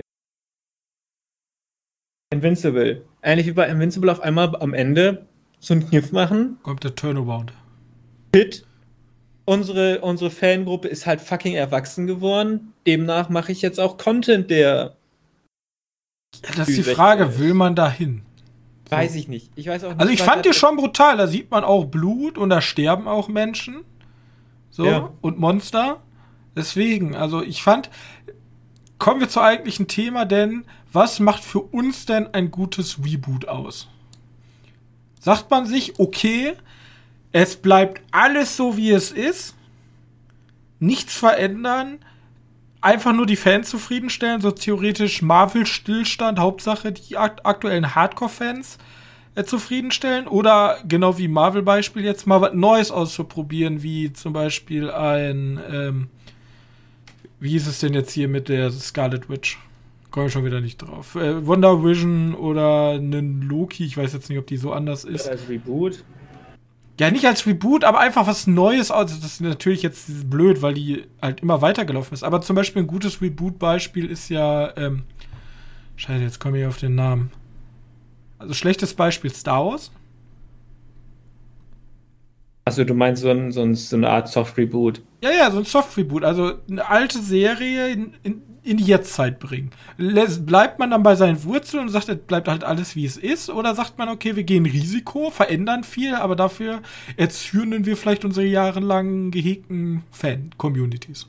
Invincible. Ähnlich wie bei Invincible auf einmal am Ende so einen Kniff machen. Kommt der Turnaround. Hit. Unsere Fangruppe ist halt fucking erwachsen geworden. Demnach mache ich jetzt auch Content, der. Ja, das ist die Frage, will man da hin? So. Weiß ich nicht. Ich weiß auch nicht. Also ich fand die schon brutal. Da sieht man auch Blut und da sterben auch Menschen. So, ja. Und Monster. Deswegen, also ich fand, kommen wir zum eigentlichen Thema, denn was macht für uns denn ein gutes Reboot aus? Sagt man sich, okay, es bleibt alles so, wie es ist, nichts verändern, einfach nur die Fans zufriedenstellen, so theoretisch Marvel-Stillstand, Hauptsache die aktuellen Hardcore-Fans zufriedenstellen, oder genau wie Marvel-Beispiel jetzt mal was Neues auszuprobieren, wie zum Beispiel ein wie hieß es denn jetzt hier mit der Scarlet Witch? Komme ich schon wieder nicht drauf. Wonder Vision oder einen Loki, ich weiß jetzt nicht, ob die so anders ist. Als Reboot? Ja, nicht als Reboot, aber einfach was Neues. Also das ist natürlich jetzt blöd, weil die halt immer weitergelaufen ist. Aber zum Beispiel ein gutes Reboot-Beispiel ist ja, scheiße, jetzt komme ich auf den Namen. Also schlechtes Beispiel Star Wars. Achso, du meinst so eine Art Soft-Reboot? Ja, so ein Soft-Reboot. Also eine alte Serie in die Jetztzeit bringen. Bleibt man dann bei seinen Wurzeln und sagt, es bleibt halt alles, wie es ist? Oder sagt man, okay, wir gehen Risiko, verändern viel, aber dafür erzürnen wir vielleicht unsere jahrelang gehegten Fan-Communities?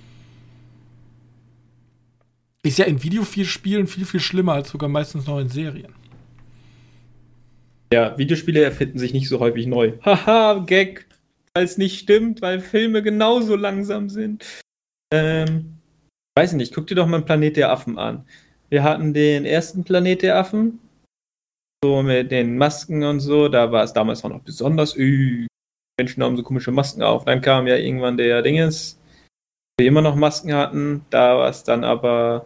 Ist ja in Videospielen viel, viel schlimmer als sogar meistens noch in Serien. Ja, Videospiele erfinden sich nicht so häufig neu. Haha, Gag. Weil es nicht stimmt, weil Filme genauso langsam sind. Weiß nicht, guck dir doch mal Planet der Affen an. Wir hatten den ersten Planet der Affen. So mit den Masken und so. Da war es damals auch noch besonders. Menschen haben so komische Masken auf. Dann kam ja irgendwann der Dinges. Wir immer noch Masken hatten. Da war es dann aber.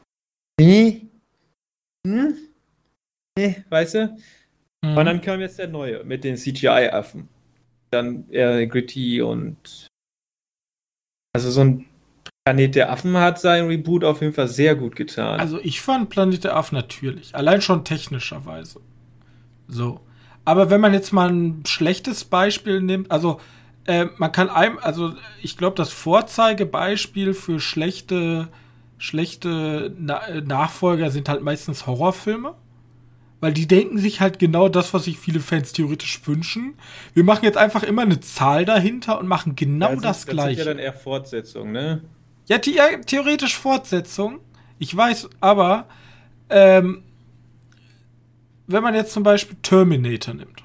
Weißt du? Und dann kam jetzt der neue mit den CGI-Affen. Dann eher gritty und. Also so ein Planet der Affen hat sein Reboot auf jeden Fall sehr gut getan. Also ich fand Planet der Affen natürlich. Allein schon technischerweise. So. Aber wenn man jetzt mal ein schlechtes Beispiel nimmt, also man kann also ich glaube, das Vorzeigebeispiel für schlechte Nachfolger sind halt meistens Horrorfilme. Weil die denken sich halt genau das, was sich viele Fans theoretisch wünschen. Wir machen jetzt einfach immer eine Zahl dahinter und machen genau das Gleiche. Das ist ja dann eher Fortsetzung, ne? Ja, theoretisch Fortsetzung. Ich weiß, aber wenn man jetzt zum Beispiel Terminator nimmt.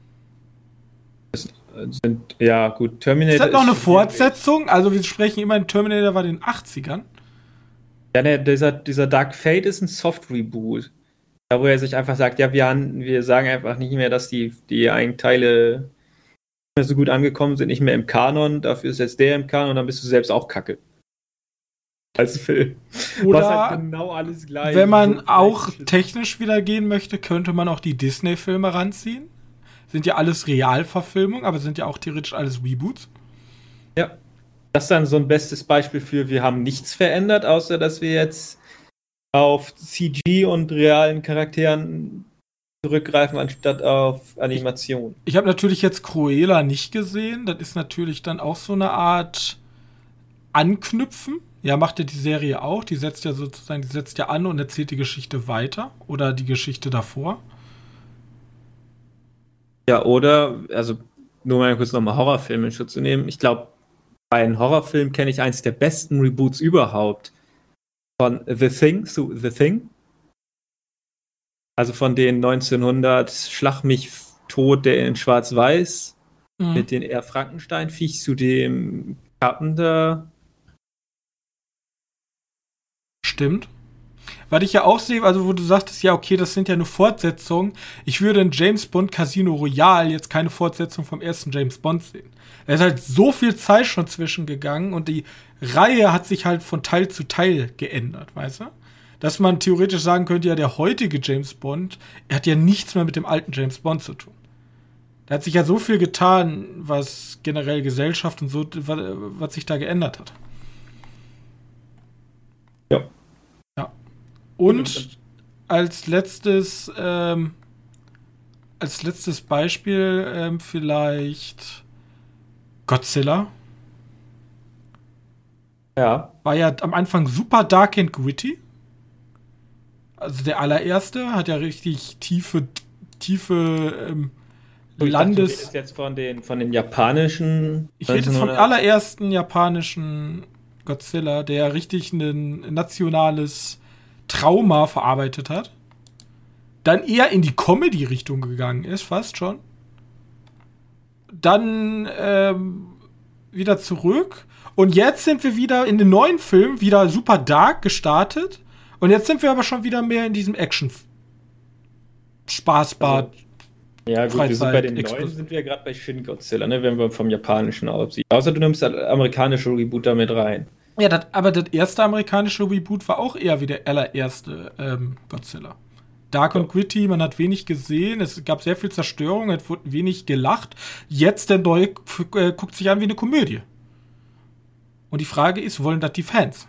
Ja, gut, Terminator ist halt noch eine Fortsetzung. Also wir sprechen immer, Terminator war in den 80ern. Ja, ne, dieser Dark Fate ist ein Soft-Reboot. Da, wo er sich einfach sagt, ja, wir sagen einfach nicht mehr, dass die einen Teile nicht mehr so gut angekommen sind, nicht mehr im Kanon, dafür ist jetzt der im Kanon und dann bist du selbst auch Kacke. Als Film. Oder was halt genau alles gleich. Wenn man so auch technisch wieder gehen möchte, könnte man auch die Disney-Filme ranziehen. Sind ja alles Realverfilmungen, aber sind ja auch theoretisch alles Reboots. Ja. Das ist dann so ein bestes Beispiel für, wir haben nichts verändert, außer dass wir jetzt auf CG und realen Charakteren zurückgreifen, anstatt auf Animation. Ich habe natürlich jetzt Cruella nicht gesehen. Das ist natürlich dann auch so eine Art Anknüpfen. Ja, macht ja die Serie auch. Die setzt ja an und erzählt die Geschichte weiter. Oder die Geschichte davor. Ja, oder, also nur mal kurz nochmal Horrorfilme in Schutz zu nehmen. Ich glaube, bei einem Horrorfilm kenne ich eins der besten Reboots überhaupt. Von The Thing zu The Thing. Also von den 1900 Schlag mich tot, der in Schwarz-Weiß mit den eher Frankenstein-Viech zu dem Carpenter. Stimmt. Was ich ja auch sehe, also wo du sagtest, ja, okay, das sind ja nur Fortsetzungen. Ich würde in James Bond Casino Royale jetzt keine Fortsetzung vom ersten James Bond sehen. Da ist halt so viel Zeit schon zwischengegangen und die Reihe hat sich halt von Teil zu Teil geändert, weißt du? Dass man theoretisch sagen könnte, ja, der heutige James Bond, er hat ja nichts mehr mit dem alten James Bond zu tun. Da hat sich ja so viel getan, was generell Gesellschaft und so, was sich da geändert hat. Ja. Ja. Und als letztes Beispiel vielleicht Godzilla. Ja. War ja am Anfang super dark and gritty. Also der allererste hat ja richtig tiefe Landes... Du redest jetzt von den japanischen... Ich rede jetzt vom allerersten japanischen Godzilla, der richtig ein nationales Trauma verarbeitet hat. Dann eher in die Comedy-Richtung gegangen ist, fast schon. Dann wieder zurück. Und jetzt sind wir wieder in den neuen Film, wieder super dark gestartet. Und jetzt sind wir aber schon wieder mehr in diesem Action-Spaßbad. Also, ja, gut, wir sind bei den neuen sind wir ja gerade bei Shin Godzilla, ne, wenn wir vom japanischen aussehen. Außer du nimmst das amerikanische Reboot da mit rein. Ja, aber das erste amerikanische Reboot war auch eher wie der allererste Godzilla. Dark und gritty, man hat wenig gesehen, es gab sehr viel Zerstörung, es wurde wenig gelacht. Jetzt der neue guckt sich an wie eine Komödie. Und die Frage ist, wollen das die Fans?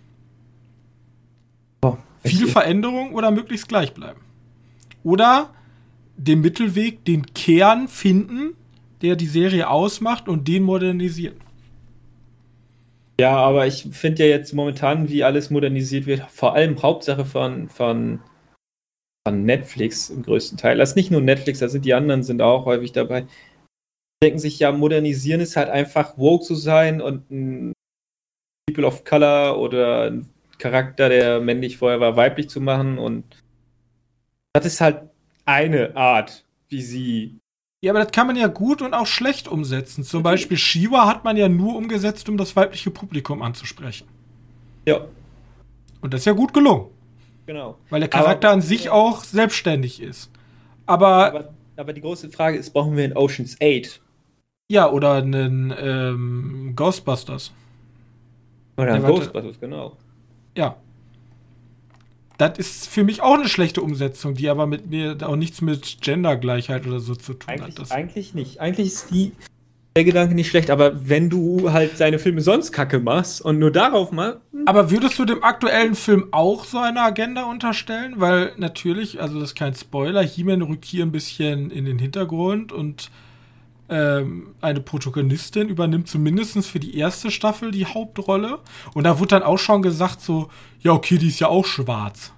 Viel Veränderung oder möglichst gleich bleiben? Oder den Mittelweg, den Kern finden, der die Serie ausmacht und den modernisieren. Ja, aber ich finde ja jetzt momentan, wie alles modernisiert wird, vor allem Hauptsache von Netflix im größten Teil. Das ist nicht nur Netflix, da sind die anderen sind auch häufig dabei. Denken sich ja, modernisieren ist halt einfach woke zu sein und ein People of Color oder ein Charakter, der männlich vorher war, weiblich zu machen und das ist halt eine Art, wie sie... Ja, aber das kann man ja gut und auch schlecht umsetzen. Zum Beispiel She-Ra hat man ja nur umgesetzt, um das weibliche Publikum anzusprechen. Ja. Und das ist ja gut gelungen. Genau. Weil der Charakter an sich auch selbstständig ist. Aber die große Frage ist, brauchen wir einen Ocean's 8? Ja, oder einen Ghostbusters. Oder einen Ghostbusters, genau. Ja. Das ist für mich auch eine schlechte Umsetzung, die aber mit mir auch nichts mit Gendergleichheit oder so zu tun hat. Eigentlich nicht. Eigentlich ist der Gedanke nicht schlecht, aber wenn du halt seine Filme sonst kacke machst und nur darauf mal... Aber würdest du dem aktuellen Film auch so eine Agenda unterstellen? Weil natürlich, also das ist kein Spoiler, He-Man rückt hier ein bisschen in den Hintergrund und eine Protagonistin übernimmt zumindest für die erste Staffel die Hauptrolle. Und da wurde dann auch schon gesagt so, ja okay, die ist ja auch schwarz.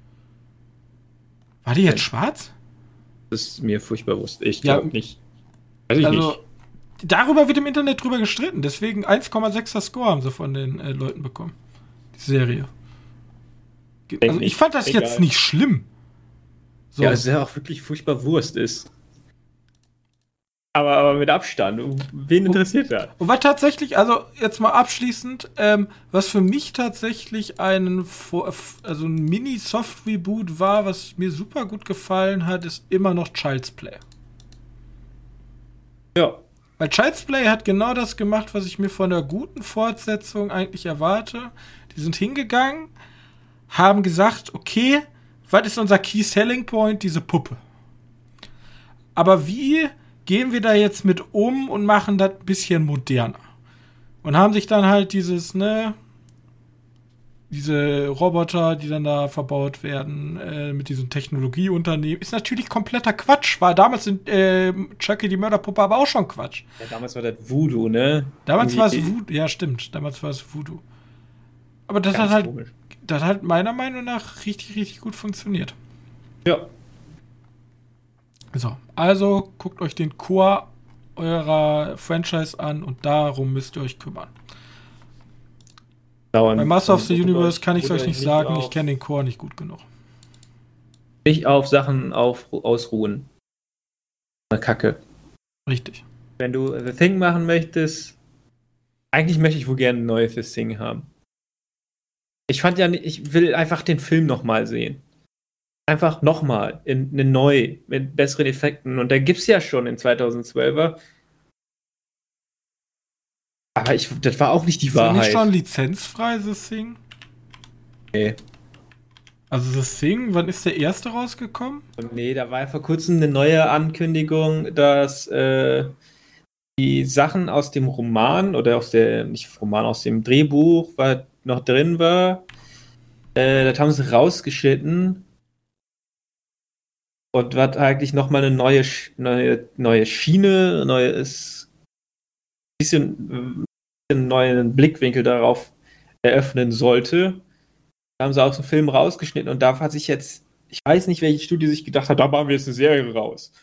War die jetzt schwarz? Das ist mir furchtbar bewusst. Ich glaube nicht. Weiß ich nicht. Darüber wird im Internet drüber gestritten. Deswegen 1,6er Score haben sie von den Leuten bekommen. Die Serie. Also ich fand das jetzt nicht schlimm. So. Ja, es ist ja auch wirklich furchtbar Wurst ist. Aber mit Abstand. Wen interessiert das? Und was tatsächlich, also jetzt mal abschließend, was für mich tatsächlich ein Mini-Soft-Reboot war, was mir super gut gefallen hat, ist immer noch Child's Play. Ja. Weil Child's Play hat genau das gemacht, was ich mir von einer guten Fortsetzung eigentlich erwarte. Die sind hingegangen, haben gesagt, okay, was ist unser Key Selling Point? Diese Puppe. Aber wie gehen wir da jetzt mit um und machen das ein bisschen moderner? Und haben sich dann halt diese Roboter, die dann da verbaut werden, mit diesem Technologieunternehmen, ist natürlich kompletter Quatsch. War damals in Chucky die Mörderpuppe aber auch schon Quatsch. Ja, damals war das Voodoo, ne? Damals war es Voodoo, ja stimmt, damals war es Voodoo. Aber das hat halt meiner Meinung nach richtig, richtig gut funktioniert. Ja. So, also guckt euch den Core eurer Franchise an und darum müsst ihr euch kümmern. Bei Master of the Universe kann ich es euch nicht sagen, ich kenne den Core nicht gut genug. Nicht auf Sachen ausruhen. Kacke. Richtig. Wenn du The Thing machen möchtest, eigentlich möchte ich wohl gerne ein neues The Thing haben. Ich fand ja, ich will einfach den Film nochmal sehen. Einfach nochmal, neu, mit besseren Effekten. Und da gibt's ja schon in 2012er. Aber das war auch nicht die Ist ja nicht schon Wahrheit. lizenzfrei, das Thing? Nee. Also das Thing, wann ist der erste rausgekommen? Nee, da war ja vor kurzem eine neue Ankündigung, dass die Sachen aus dem Roman oder nicht Roman, aus dem Drehbuch, was noch drin war, das haben sie rausgeschnitten und was eigentlich nochmal eine neue Schiene, bisschen neuen Blickwinkel darauf eröffnen sollte. Da haben sie aus dem Film rausgeschnitten und da hat sich jetzt, ich weiß nicht, welche Studie sich gedacht hat, da machen wir jetzt eine Serie raus.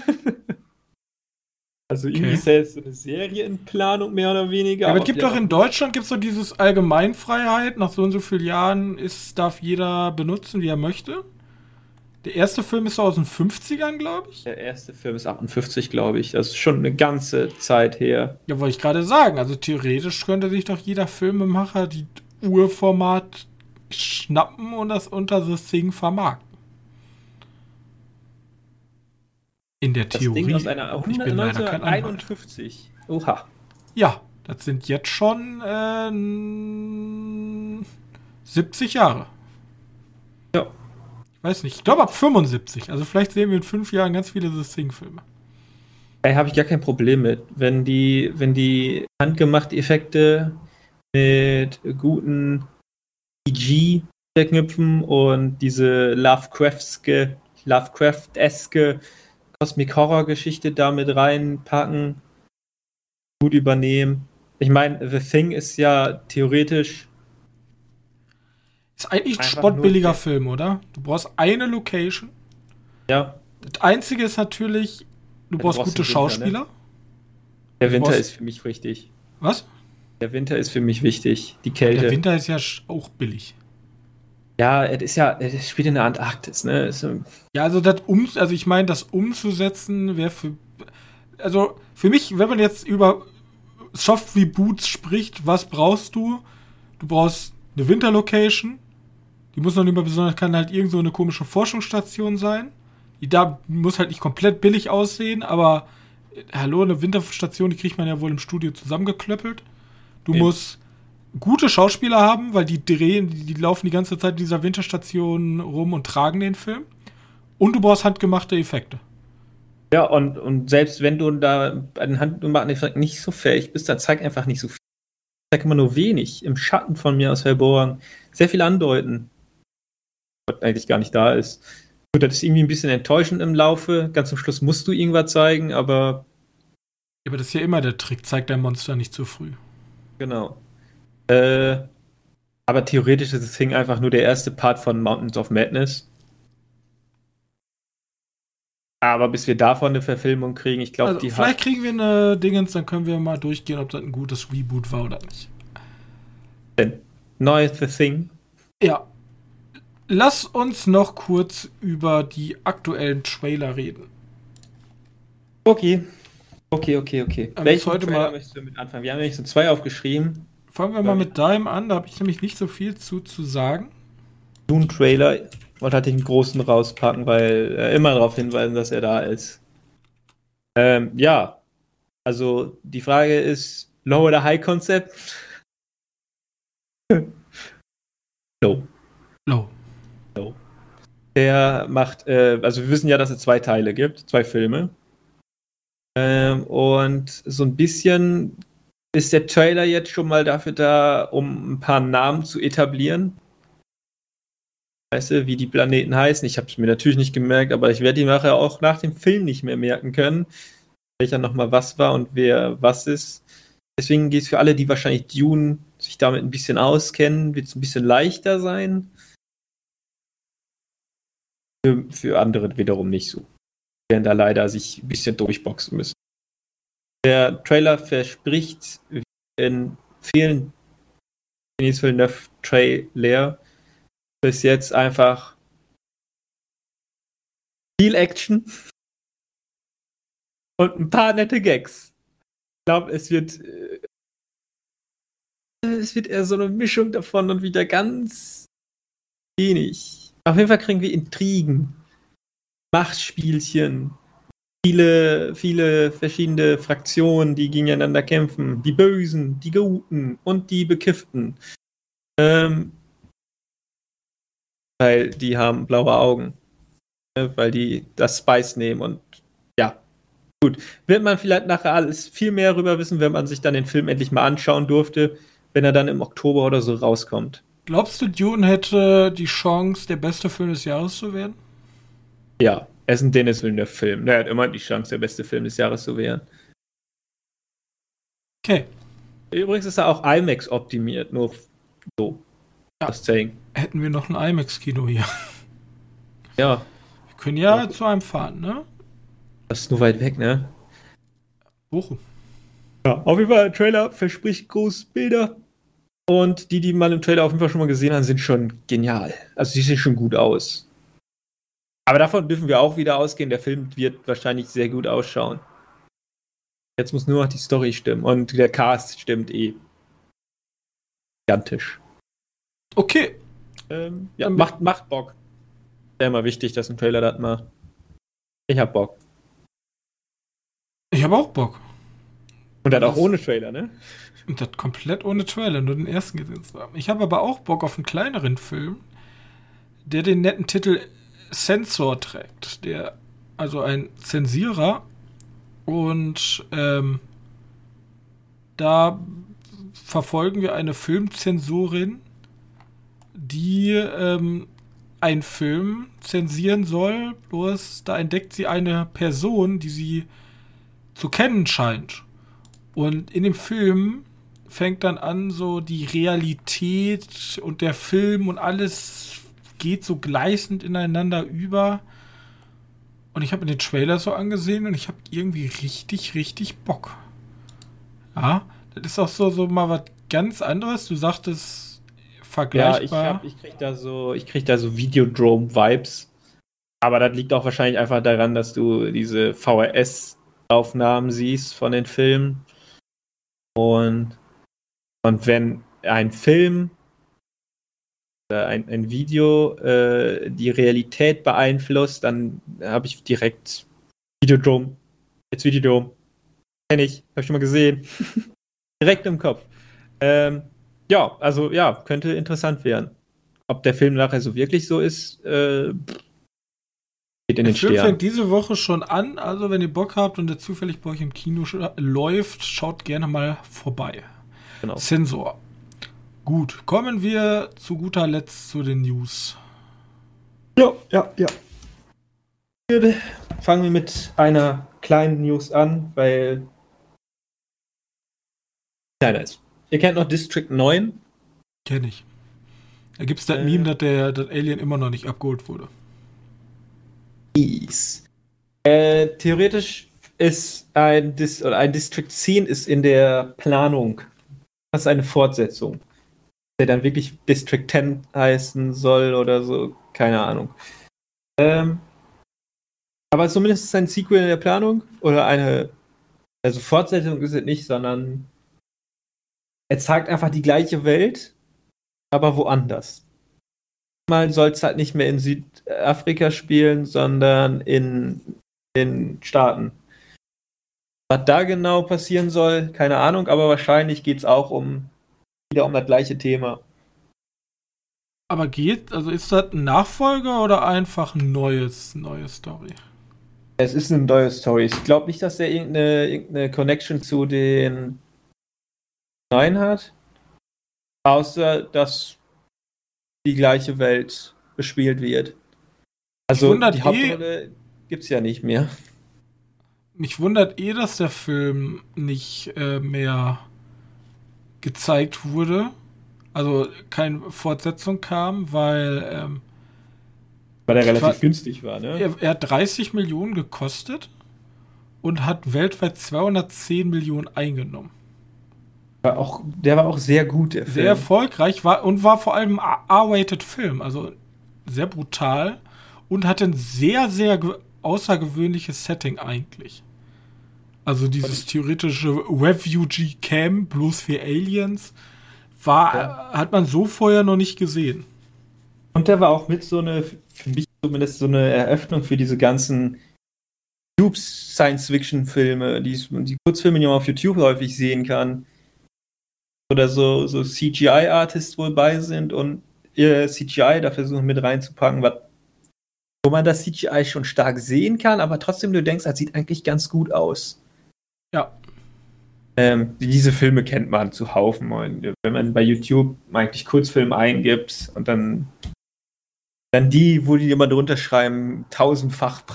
Also irgendwie Okay. ist ja jetzt so eine Serie in Planung, mehr oder weniger. Ja, aber es gibt vielleicht doch in Deutschland gibt's doch dieses Allgemeinfreiheit. Nach so und so vielen Jahren darf jeder benutzen, wie er möchte. Der erste Film ist so aus den 50ern, glaube ich. der erste Film ist 58, glaube ich. Das ist schon eine ganze Zeit her. Ja, wollte ich gerade sagen. Also theoretisch könnte sich doch jeder Filmemacher die Urformat schnappen und das unter das Thing vermarkten. In der Das Theorie. Ding aus einer Ich bin leider kein Anwalt. 1951. Oha. Ja, das sind jetzt schon 70 Jahre. Ja. Ich weiß nicht. Ich glaube ab 75. Also vielleicht sehen wir in 5 Jahren ganz viele The Thing-Filme. Da habe ich gar kein Problem mit. Wenn die handgemachte Effekte mit guten CG verknüpfen und diese Lovecraft-eske Cosmic Horror Geschichte damit reinpacken, gut übernehmen. Ich meine, The Thing ist ja theoretisch Ist eigentlich ein einfach spottbilliger nur Film, oder? Du brauchst eine Location. ja, Das Einzige ist natürlich, du brauchst gute den Winter, ne? Schauspieler. Der Du Winter brauchst- ist für mich wichtig. Was? Der Winter ist für mich wichtig. Die Der Kälte. Winter ist ja auch billig. Ja, es spielt in der Antarktis, ne? Ja, also also ich meine, das umzusetzen wäre also für mich, wenn man jetzt über Soft Reboots spricht, was brauchst du? Du brauchst eine Winterlocation. Die muss noch nicht mal besonders, kann halt irgend so eine komische Forschungsstation sein. Die da muss halt nicht komplett billig aussehen, aber hallo, eine Winterstation, die kriegt man ja wohl im Studio zusammengeklöppelt. Du Eben. musst gute Schauspieler haben, weil die laufen die ganze Zeit in dieser Winterstation rum und tragen den Film. Und du brauchst handgemachte Effekte. Ja, und selbst wenn du da bei den handgemachten Effekten nicht so fähig bist, dann zeig einfach nicht so viel. Zeig immer nur wenig. Im Schatten von mir aus hervorragend. Sehr viel andeuten. Was eigentlich gar nicht da ist. Gut, das ist irgendwie ein bisschen enttäuschend im Laufe. Ganz zum Schluss musst du irgendwas zeigen, aber Aber das ist ja immer der Trick, zeigt dein Monster nicht zu früh. genau. Aber theoretisch ist das Ding einfach nur der erste Part von Mountains of Madness. Aber bis wir davon eine Verfilmung kriegen, ich glaube, Also die vielleicht kriegen wir eine Dingens, dann können wir mal durchgehen, ob das ein gutes Reboot war oder nicht. neues The Thing. Ja. Lass uns noch kurz über die aktuellen Trailer reden. Okay. Welchen heute Trailer mal- möchtest du mit anfangen? Wir haben nämlich so 2 aufgeschrieben. Fangen wir mal mit deinem an, da habe ich nämlich nicht so viel zu sagen. Dune-Trailer. Wollte halt den großen rauspacken, weil immer darauf hinweisen, dass er da ist. Ja. Also die Frage ist, Low oder High Concept? No. Low. Der macht, also wir wissen ja, dass es 2 Teile gibt, 2 Filme. Und so ein bisschen ist der Trailer jetzt schon mal dafür da, um ein paar Namen zu etablieren. Weißt du, wie die Planeten heißen? Ich habe es mir natürlich nicht gemerkt, aber ich werde die nachher auch nach dem Film nicht mehr merken können, welcher nochmal was war und wer was ist. Deswegen geht es für alle, die wahrscheinlich Dune sich damit ein bisschen auskennen, wird es ein bisschen leichter sein. Für andere wiederum nicht so. Die werden da leider sich ein bisschen durchboxen müssen. Der Trailer verspricht, wie in vielen Denis Villeneuve Trailer, bis jetzt einfach viel Action und ein paar nette Gags. Ich glaube, es wird es wird eher so eine Mischung davon und wieder ganz wenig. Auf jeden Fall kriegen wir Intrigen, Machtspielchen, viele verschiedene Fraktionen, die gegeneinander kämpfen. Die Bösen, die Guten und die Bekifften. Weil die haben blaue Augen. Weil die das Spice nehmen und ja. Gut. Wird man vielleicht nachher alles viel mehr darüber wissen, wenn man sich dann den Film endlich mal anschauen durfte, wenn er dann im Oktober oder so rauskommt. Glaubst du, Dune hätte die Chance, der beste Film des Jahres zu werden? Ja, er ist ein Denis Villeneuve-Film. Er hat immer die Chance, der beste Film des Jahres zu werden. Okay. Übrigens ist er auch IMAX optimiert, nur so. Ja. Das zeigen. Hätten wir noch ein IMAX-Kino hier. Ja. Wir können ja zu einem fahren, ne? Das ist nur weit weg, ne? Bochum. Ja, auf jeden Fall, der Trailer verspricht große Bilder. Und die man im Trailer auf jeden Fall schon mal gesehen haben, sind schon genial. Also die sehen schon gut aus. Aber davon dürfen wir auch wieder ausgehen. Der Film wird wahrscheinlich sehr gut ausschauen. Jetzt muss nur noch die Story stimmen. Und der Cast stimmt eh. Gigantisch. Okay. Ja, macht Bock. Wäre immer wichtig, dass ein Trailer das macht. Ich hab Bock. Ich habe auch Bock. Und das auch ohne Trailer, ne? Und das komplett ohne Trailer, nur den ersten gesehen zu haben. Ich habe aber auch Bock auf einen kleineren Film, der den netten Titel Censor trägt. Also ein Zensierer. Und da verfolgen wir eine Filmzensorin, die einen Film zensieren soll. Bloß da entdeckt sie eine Person, die sie zu kennen scheint. Und in dem Film fängt dann an, so die Realität und der Film und alles geht so gleißend ineinander über. Und ich habe mir den Trailer so angesehen und ich habe irgendwie richtig, richtig Bock. Ja, das ist auch so mal was ganz anderes. Du sagtest vergleichbar. Ja, ich krieg da so Videodrome-Vibes. Aber das liegt auch wahrscheinlich einfach daran, dass du diese VHS-Aufnahmen siehst von den Filmen. Und wenn ein Film oder ein Video die Realität beeinflusst, dann habe ich direkt Videodrome. Jetzt Videodrome. Kenn ich, habe ich schon mal gesehen. Direkt im Kopf. Ja, also ja, könnte interessant werden. Ob der Film nachher so wirklich so ist, steht in den Der Film Sternen. fängt diese Woche schon an, also wenn ihr Bock habt und der zufällig bei euch im Kino läuft, schaut gerne mal vorbei. Genau. Censor. Gut, kommen wir zu guter Letzt zu den News. Ja. Fangen wir mit einer kleinen News an, weil kleiner ist. Ihr kennt noch District 9? Kenn ich. Da gibt's das Meme, dass das Alien immer noch nicht abgeholt wurde. Theoretisch ist ein District 10 ist in der Planung. Das ist eine Fortsetzung. Der dann wirklich District 10 heißen soll oder so. Keine Ahnung. Aber zumindest ist ein Sequel in der Planung. Oder also Fortsetzung ist es nicht, sondern er zeigt einfach die gleiche Welt, aber woanders. Mal soll es halt nicht mehr in Südafrika spielen, sondern in den Staaten. Was da genau passieren soll, keine Ahnung, aber wahrscheinlich geht es auch wieder um das gleiche Thema. Aber also ist das ein Nachfolger oder einfach eine neue Story? Es ist eine neue Story. Ich glaube nicht, dass der irgendeine Connection zu den Neuen hat. Außer, dass die gleiche Welt bespielt wird. Also die Hauptrolle gibt's ja nicht mehr. Mich wundert dass der Film nicht mehr gezeigt wurde. Also keine Fortsetzung kam, weil der relativ günstig war, ne? Er hat 30 Millionen gekostet und hat weltweit 210 Millionen eingenommen. Der war auch sehr gut, der Film. Sehr erfolgreich war vor allem ein R-rated Film, also sehr brutal und hatte ein sehr, sehr außergewöhnliches Setting eigentlich. Also dieses theoretische Refugee Camp bloß für Aliens Hat man so vorher noch nicht gesehen. Und der war auch mit so eine, für mich zumindest so eine Eröffnung für diese ganzen Science-Fiction-Filme, die Kurzfilme, die man auf YouTube häufig sehen kann. Oder so CGI-Artists wohl bei sind und ihr CGI da versuchen mit reinzupacken, wo man das CGI schon stark sehen kann, aber trotzdem du denkst, das sieht eigentlich ganz gut aus. Ja. Diese Filme kennt man zuhaufen. Und wenn man bei YouTube eigentlich Kurzfilm eingibt und dann die, wo die immer drunter schreiben, tausendfache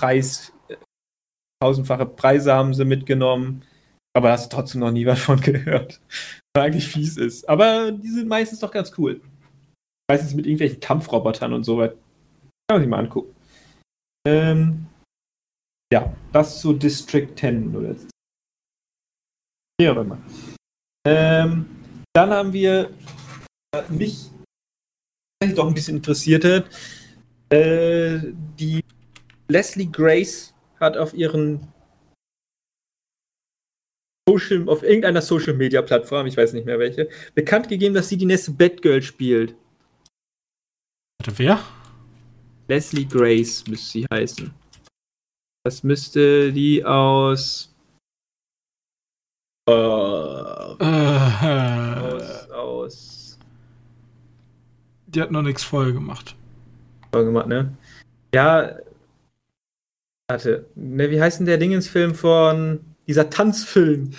Preise haben sie mitgenommen, aber hast du trotzdem noch nie was von gehört. Was eigentlich fies ist. Aber die sind meistens doch ganz cool. Meistens mit irgendwelchen Kampfrobotern und so weiter. Kann man sich mal angucken. Ja, das zu District 10 oder ja, dann haben wir mich doch ein bisschen interessiert hat. Die Leslie Grace hat auf irgendeiner Social Media Plattform, ich weiß nicht mehr welche, bekannt gegeben, dass sie die nächste Batgirl spielt. Warte, wer? Leslie Grace müsste sie heißen. Das müsste die aus Die hat noch nichts vorher gemacht. Ne? Ja, warte, ne, wie heißt denn der Dingensfilm von dieser Tanzfilm?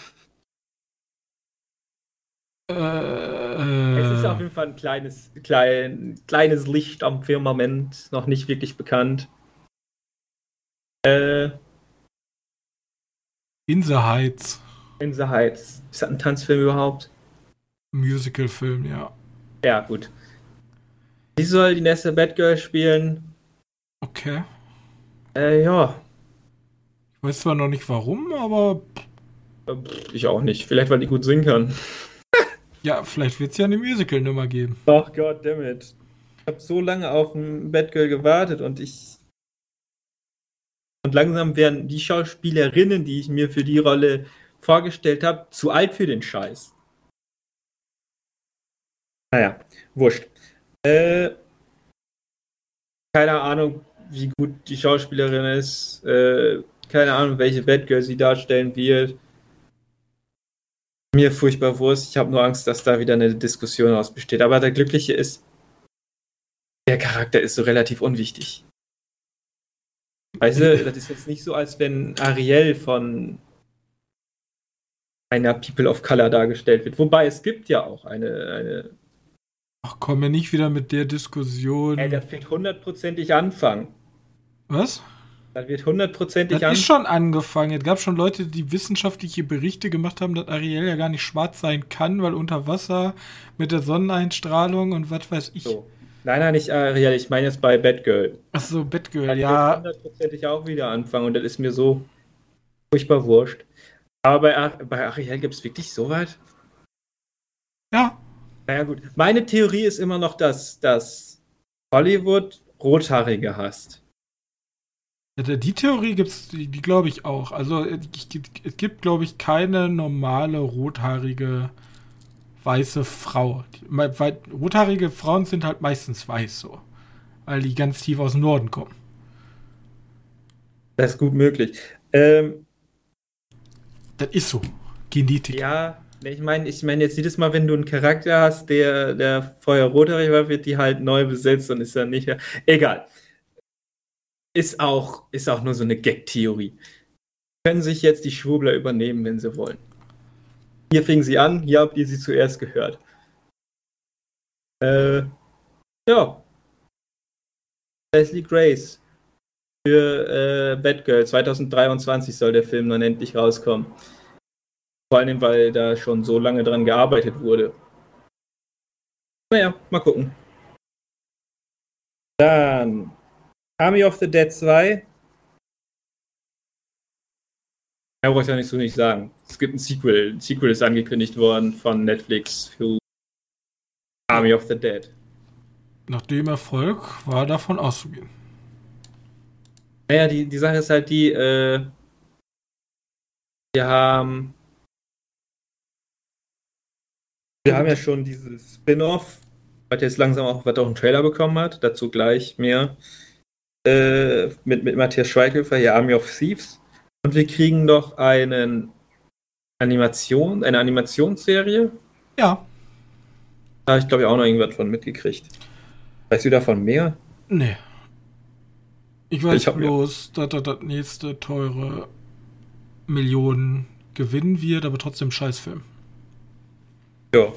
Es ist auf jeden Fall ein kleines Licht am Firmament, noch nicht wirklich bekannt. In the Heights. In the Heights. Ist das ein Tanzfilm überhaupt? Musical-Film, ja. Ja, gut. Sie soll die nächste Batgirl spielen. Okay. Ja. Ich weiß zwar noch nicht warum, aber. Ich auch nicht. Vielleicht, weil die gut singen kann. Ja, vielleicht wird es ja eine Musical-Nummer geben. Ach Gott, dammit. Ich habe so lange auf ein Batgirl gewartet und langsam werden die Schauspielerinnen, die ich mir für die Rolle vorgestellt habe, zu alt für den Scheiß. Naja, wurscht. Keine Ahnung, wie gut die Schauspielerin ist. Keine Ahnung, welche Batgirl sie darstellen wird. Mir furchtbar Wurst. Ich habe nur Angst, dass da wieder eine Diskussion aus besteht. Aber der Glückliche ist, der Charakter ist so relativ unwichtig. Weißt du, das ist jetzt nicht so, als wenn Ariel von einer People of Color dargestellt wird. Wobei es gibt ja auch eine. Ach komm, mir nicht wieder mit der Diskussion. Das wird hundertprozentig anfangen. Was? Das wird hundertprozentig anfangen. Das ist schon angefangen. Es gab schon Leute, die wissenschaftliche Berichte gemacht haben, dass Ariel ja gar nicht schwarz sein kann, weil unter Wasser mit der Sonneneinstrahlung und was weiß ich. So. Nein, nicht Ariel. Ich meine jetzt bei Batgirl. Ach so, Batgirl, das ja. Wird hundertprozentig auch wieder anfangen und das ist mir so furchtbar wurscht. Aber bei Ariel gibt es wirklich so was? Ja. Naja, gut. Meine Theorie ist immer noch, dass Hollywood Rothaarige hasst. Die Theorie gibt's, die glaube ich auch. Also es gibt, glaube ich, keine normale rothaarige weiße Frau. Rothaarige Frauen sind halt meistens weiß so. Weil die ganz tief aus dem Norden kommen. Das ist gut möglich. Das ist so. Genetik. Ja, ich meine jetzt jedes Mal, wenn du einen Charakter hast, der vorher rothaarig war, wird die halt neu besetzt und ist dann nicht mehr. Egal. Ist auch nur so eine Gag-Theorie. Können sich jetzt die Schwurbler übernehmen, wenn sie wollen. Hier fingen sie an, hier habt ihr sie zuerst gehört. Ja. Leslie Grace für Batgirl. 2023 soll der Film dann endlich rauskommen. Vor allem, weil da schon so lange dran gearbeitet wurde. Naja, mal gucken. Dann Army of the Dead 2. Ja, brauche ich ja nicht sagen. Es gibt ein Sequel. Ein Sequel ist angekündigt worden von Netflix für Army of the Dead. Nach dem Erfolg war davon auszugehen. Naja, die Sache ist halt die, wir haben Wir haben ja schon dieses Spin-off, was jetzt langsam auch, was auch einen Trailer bekommen hat, dazu gleich mehr. Mit Matthias Schweighöfer, ja, Army of Thieves. Und wir kriegen noch eine Animationsserie. Ja. Da habe ich, glaube ich, auch noch irgendwas von mitgekriegt. Weißt du davon mehr? Nee. Ich weiß hab bloß, dass das nächste teure Millionen gewinnen wird, aber trotzdem Scheißfilm. Ja.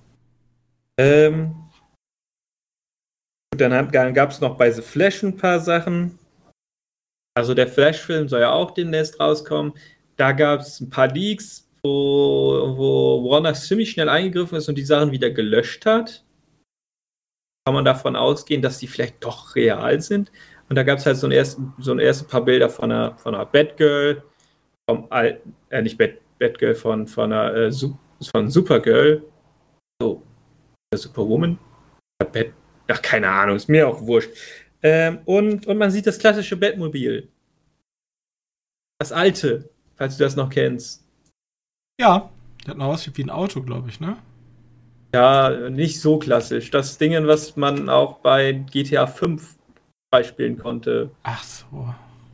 Dann gab es noch bei The Flash ein paar Sachen. Also der Flash-Film soll ja auch demnächst rauskommen. Da gab es ein paar Leaks, wo Warner ziemlich schnell eingegriffen ist und die Sachen wieder gelöscht hat. Kann man davon ausgehen, dass die vielleicht doch real sind. Und da gab es halt so ein erste paar Bilder von einer Batgirl, vom alten, nicht Batgirl, von Supergirl. So, Superwoman. Ach, keine Ahnung, ist mir auch wurscht. Und man sieht das klassische Batmobil. Das alte, falls du das noch kennst. Ja, das hat noch aussieht wie ein Auto, glaube ich, ne? Ja, nicht so klassisch. Das Ding, was man auch bei GTA 5 freispielen konnte. Ach so.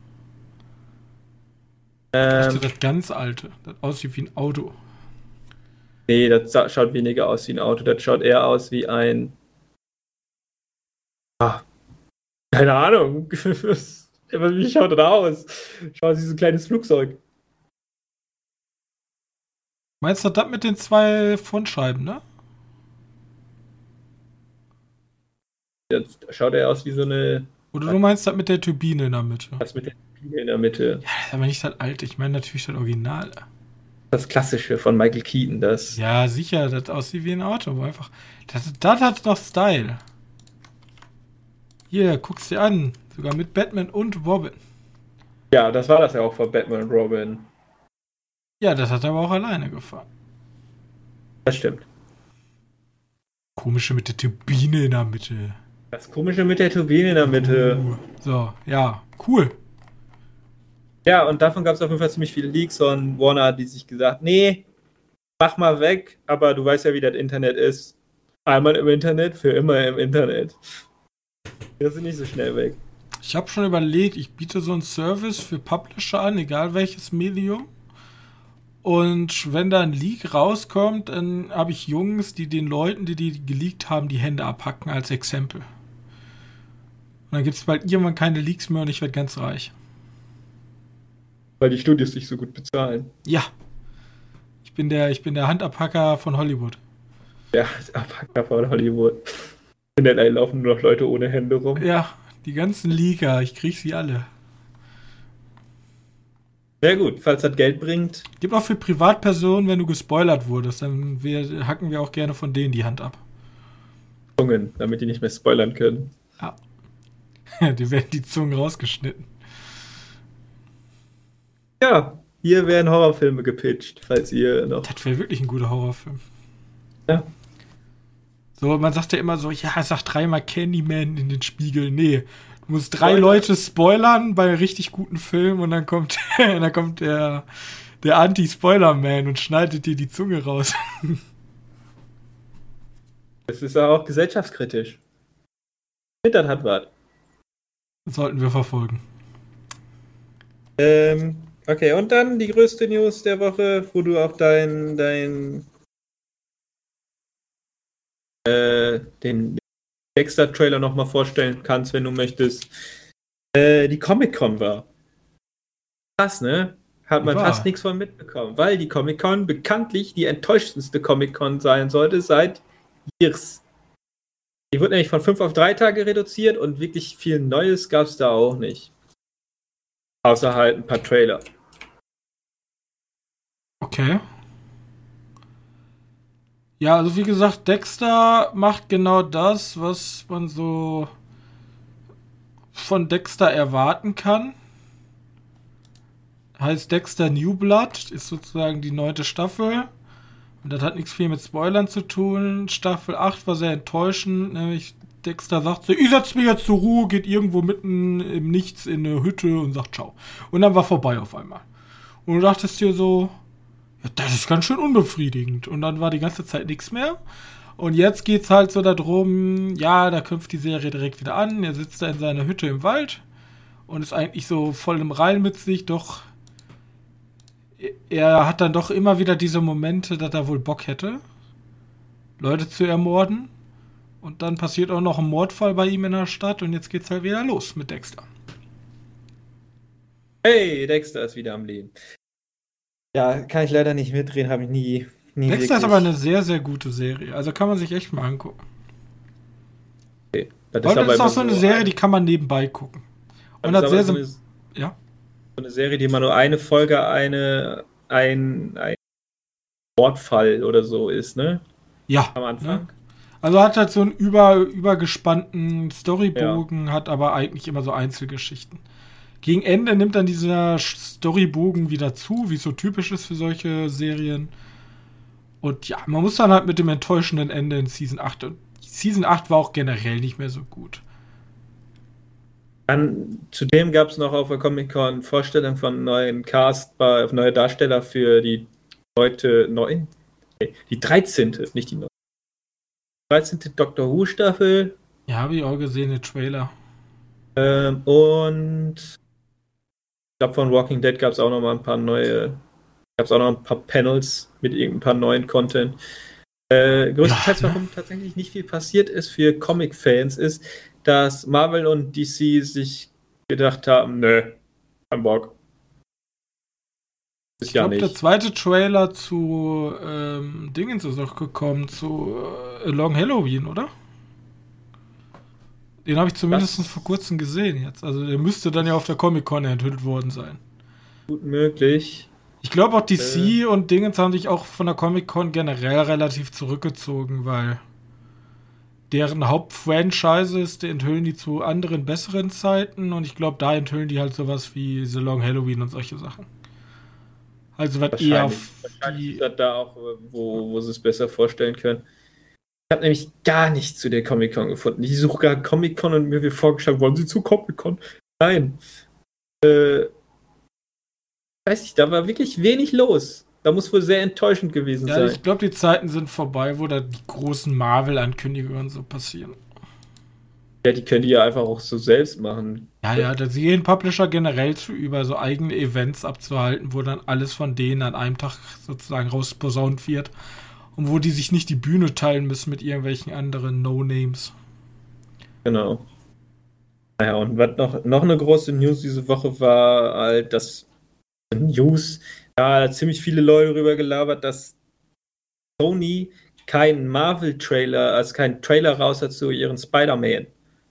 Das ganz alte, das aussieht wie ein Auto. Nee, das schaut weniger aus wie ein Auto. Das schaut eher aus wie ein... keine Ahnung. Wie schaut das aus? Schaut aus wie so ein kleines Flugzeug. Meinst du das mit den 2 Frontscheiben, ne? Das schaut eher aus wie so eine... Oder du meinst das mit der Turbine in der Mitte? Das mit der Turbine in der Mitte. Ja, das ist aber nicht das alte. Ich meine natürlich das Original. Das Klassische von Michael Keaton, das. Ja, sicher, das aussieht wie ein Auto. Wo einfach, das hat noch Style. Hier, guck's dir an. Sogar mit Batman und Robin. Ja, das war das ja auch von Batman und Robin. Ja, das hat er aber auch alleine gefahren. Das stimmt. Komische mit der Turbine in der Mitte. Das Komische mit der Turbine in der Mitte. So, ja, cool. Ja, und davon gab es auf jeden Fall ziemlich viele Leaks und Warner hat die sich gesagt, nee, mach mal weg, aber du weißt ja, wie das Internet ist. Einmal im Internet, für immer im Internet. Wir sind nicht so schnell weg. Ich habe schon überlegt, ich biete so einen Service für Publisher an, egal welches Medium. Und wenn da ein Leak rauskommt, dann habe ich Jungs, die den Leuten, die geleakt haben, die Hände abhacken als Exempel. Und dann gibt es bald irgendwann keine Leaks mehr und ich werde ganz reich. Weil die Studios nicht so gut bezahlen. Ja. Ich bin der Handabhacker von Hollywood. Der Handabhacker von Hollywood. In LA laufen nur noch Leute ohne Hände rum. Ja, die ganzen Leaker, ich krieg sie alle. Sehr gut, falls das Geld bringt. Gibt auch für Privatpersonen, wenn du gespoilert wurdest, dann hacken wir auch gerne von denen die Hand ab. Zungen, damit die nicht mehr spoilern können. Ja. Die werden die Zungen rausgeschnitten. Ja, hier werden Horrorfilme gepitcht, falls ihr noch... Das wäre wirklich ein guter Horrorfilm. Ja. So, man sagt ja immer so, ja, sag 3-mal Candyman in den Spiegel. Nee, du musst 3 Leute spoilern bei richtig guten Filmen und dann kommt der Anti-Spoiler-Man und schneidet dir die Zunge raus. Das ist auch gesellschaftskritisch. Das hat was. Das sollten wir verfolgen. Okay, und dann die größte News der Woche, wo du auch den Dexter-Trailer nochmal vorstellen kannst, wenn du möchtest. Die Comic-Con war. Krass, ne? Hat man fast nichts von mitbekommen, weil die Comic-Con bekanntlich die enttäuschendste Comic-Con sein sollte seit Years. Die wurde nämlich von 5 auf 3 Tage reduziert und wirklich viel Neues gab es da auch nicht. Außer halt ein paar Trailer. Okay. Ja, also wie gesagt, Dexter macht genau das, was man so von Dexter erwarten kann. Heißt Dexter New Blood, ist sozusagen die 9. Staffel. Und das hat nichts viel mit Spoilern zu tun. Staffel 8 war sehr enttäuschend, nämlich Dexter sagt so, ich setz mich jetzt zur Ruhe, geht irgendwo mitten im Nichts in eine Hütte und sagt ciao. Und dann war vorbei auf einmal. Und du dachtest dir so, ja, das ist ganz schön unbefriedigend. Und dann war die ganze Zeit nichts mehr. Und jetzt geht's halt so darum, ja, da knüpft die Serie direkt wieder an. Er sitzt da in seiner Hütte im Wald und ist eigentlich so voll im Reinen mit sich, doch er hat dann doch immer wieder diese Momente, dass er wohl Bock hätte, Leute zu ermorden. Und dann passiert auch noch ein Mordfall bei ihm in der Stadt und jetzt geht's halt wieder los mit Dexter. Hey, Dexter ist wieder am Leben. Ja, kann ich leider nicht mitreden, habe ich nie Dexter wirklich. ist aber eine sehr, sehr gute Serie. Also kann man sich echt mal angucken. Okay. Und das ist auch so eine Serie, die kann man nebenbei gucken. Und hat sehr, sehr... Ja? So eine Serie, die immer nur eine Folge, ein Mordfall oder so ist, ne? Ja. Am Anfang. Ne? Also hat halt so einen übergespannten Storybogen, hat aber eigentlich immer so Einzelgeschichten. Gegen Ende nimmt dann dieser Storybogen wieder zu, wie es so typisch ist für solche Serien. Und ja, man muss dann halt mit dem enttäuschenden Ende in Season 8. Und Season 8 war auch generell nicht mehr so gut. Zudem gab es noch auf der Comic-Con Vorstellung von neuen Cast, neue Darsteller für die die 13., nicht die 9. 13. Doctor Who Staffel. Ja, habe ich auch gesehen, den Trailer. Und ich glaube, von Walking Dead gab es auch noch mal ein paar Panels mit ein paar neuen Content. Größtenteils, warum tatsächlich nicht viel passiert ist für Comic-Fans, ist, dass Marvel und DC sich gedacht haben, nö, kein Bock. Ich glaube, der zweite Trailer zu Dingens ist auch gekommen, zu Long Halloween, oder? Den habe ich zumindest vor kurzem gesehen jetzt. Also der müsste dann ja auf der Comic-Con enthüllt worden sein. Gut möglich. Ich glaube auch DC und Dingens haben sich auch von der Comic-Con generell relativ zurückgezogen, weil deren Hauptfranchise ist, die enthüllen die zu anderen, besseren Zeiten und ich glaube, da enthüllen die halt sowas wie The Long Halloween und solche Sachen. Also was eher auf die... Ist da auch, wo sie es besser vorstellen können. Ich habe nämlich gar nichts zu der Comic-Con gefunden. Ich suche gar Comic-Con und mir wird vorgeschlagen, wollen Sie zu Comic-Con? Nein. Weiß nicht, da war wirklich wenig los. Da muss wohl sehr enttäuschend gewesen sein. Ja, ich glaube, die Zeiten sind vorbei, wo da die großen Marvel-Ankündigungen so passieren. Ja, die können die ja einfach auch so selbst machen. Ja, da sehen Publisher generell zu über, so eigene Events abzuhalten, wo dann alles von denen an einem Tag sozusagen rausposaunt wird. Und wo die sich nicht die Bühne teilen müssen mit irgendwelchen anderen No-Names. Genau. Naja, und was noch eine große News diese Woche war, halt, dass da ziemlich viele Leute drüber gelabert, dass Sony keinen Marvel-Trailer, also keinen Trailer raus hat zu ihren Spider-Man.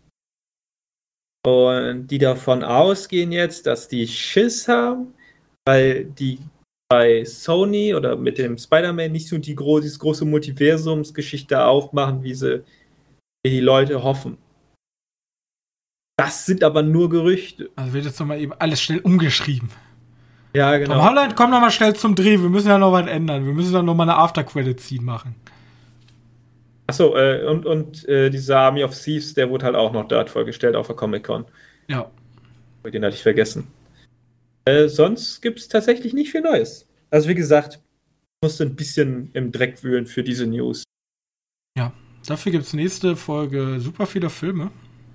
Und die davon ausgehen jetzt, dass die Schiss haben, weil die bei Sony oder mit dem Spider-Man nicht so diese große Multiversumsgeschichte aufmachen, wie die Leute hoffen. Das sind aber nur Gerüchte. Also wird jetzt nochmal eben alles schnell umgeschrieben. Ja, genau. Tom Holland, komm nochmal schnell zum Dreh. Wir müssen ja noch was ändern. Wir müssen dann nochmal eine After-Credit-Scene machen. Achso, und dieser Army of Thieves, der wurde halt auch noch dort vorgestellt auf der Comic-Con. Ja. Den hatte ich vergessen. Sonst gibt es tatsächlich nicht viel Neues. Also wie gesagt, ich musste ein bisschen im Dreck wühlen für diese News. Ja, dafür gibt es nächste Folge super viele Filme.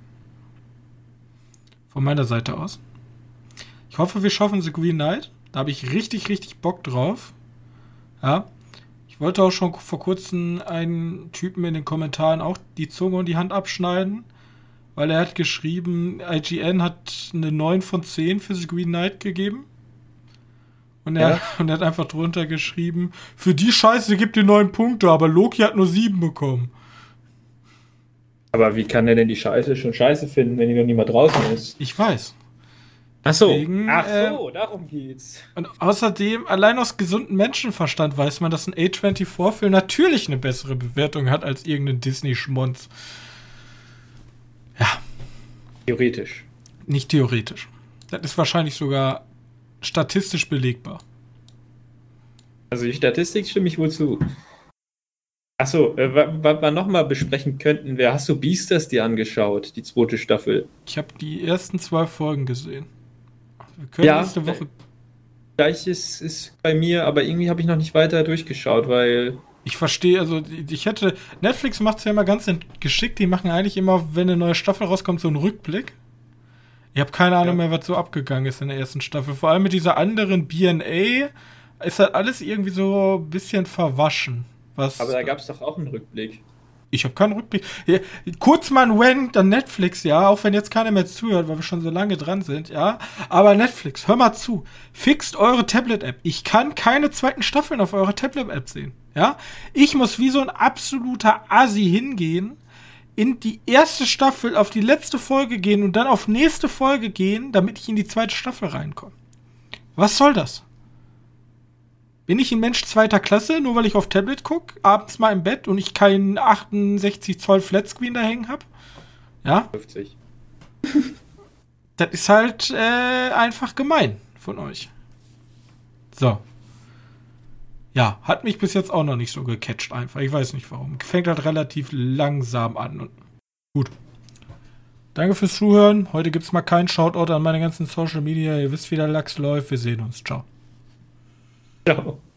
Von meiner Seite aus. Ich hoffe, wir schaffen The Green Knight. Da habe ich richtig, richtig Bock drauf. Ja. Ich wollte auch schon vor kurzem einen Typen in den Kommentaren auch die Zunge und die Hand abschneiden, weil er hat geschrieben, IGN hat eine 9 von 10 für The Green Knight gegeben. Und er hat einfach drunter geschrieben, für die Scheiße gibt ihr 9 Punkte, aber Loki hat nur 7 bekommen. Aber wie kann der denn die Scheiße schon scheiße finden, wenn die noch nie mal draußen ist? Ich weiß. Deswegen, darum geht's. Und außerdem, allein aus gesundem Menschenverstand weiß man, dass ein A24-Film natürlich eine bessere Bewertung hat als irgendein Disney-Schmonz. Ja. Theoretisch. Nicht theoretisch. Das ist wahrscheinlich sogar statistisch belegbar. Also die Statistik stimme ich wohl zu. Achso, was wir nochmal besprechen könnten, hast du Beastars dir angeschaut, die 2. Staffel? Ich habe die ersten 2 Folgen gesehen. Wir können nächste Woche... Gleiches ist bei mir, aber irgendwie habe ich noch nicht weiter durchgeschaut, weil Ich verstehe, also Netflix macht es ja immer ganz geschickt, die machen eigentlich immer, wenn eine neue Staffel rauskommt, so einen Rückblick. Ich habe keine Ahnung mehr, was so abgegangen ist in der ersten Staffel. Vor allem mit dieser anderen B&A ist halt alles irgendwie so ein bisschen verwaschen. aber da gab es doch auch einen Rückblick. Ich habe keinen Rückblick. Ja, kurz mal ein Wenk an Netflix, ja, auch wenn jetzt keiner mehr zuhört, weil wir schon so lange dran sind, ja. Aber Netflix, hör mal zu. Fixt eure Tablet-App. Ich kann keine zweiten Staffeln auf eurer Tablet-App sehen, ja. Ich muss wie so ein absoluter Assi hingehen, in die erste Staffel auf die letzte Folge gehen und dann auf nächste Folge gehen, damit ich in die zweite Staffel reinkomme. Was soll das? Bin ich ein Mensch zweiter Klasse, nur weil ich auf Tablet gucke, abends mal im Bett und ich keinen 68 Zoll Flatscreen da hängen habe? Ja? 50. Das ist halt einfach gemein von euch. So. Ja, hat mich bis jetzt auch noch nicht so gecatcht einfach. Ich weiß nicht warum. Fängt halt relativ langsam an. Und gut. Danke fürs Zuhören. Heute gibt's mal keinen Shoutout an meine ganzen Social Media. Ihr wisst, wie der Lachs läuft. Wir sehen uns. Ciao. Ciao.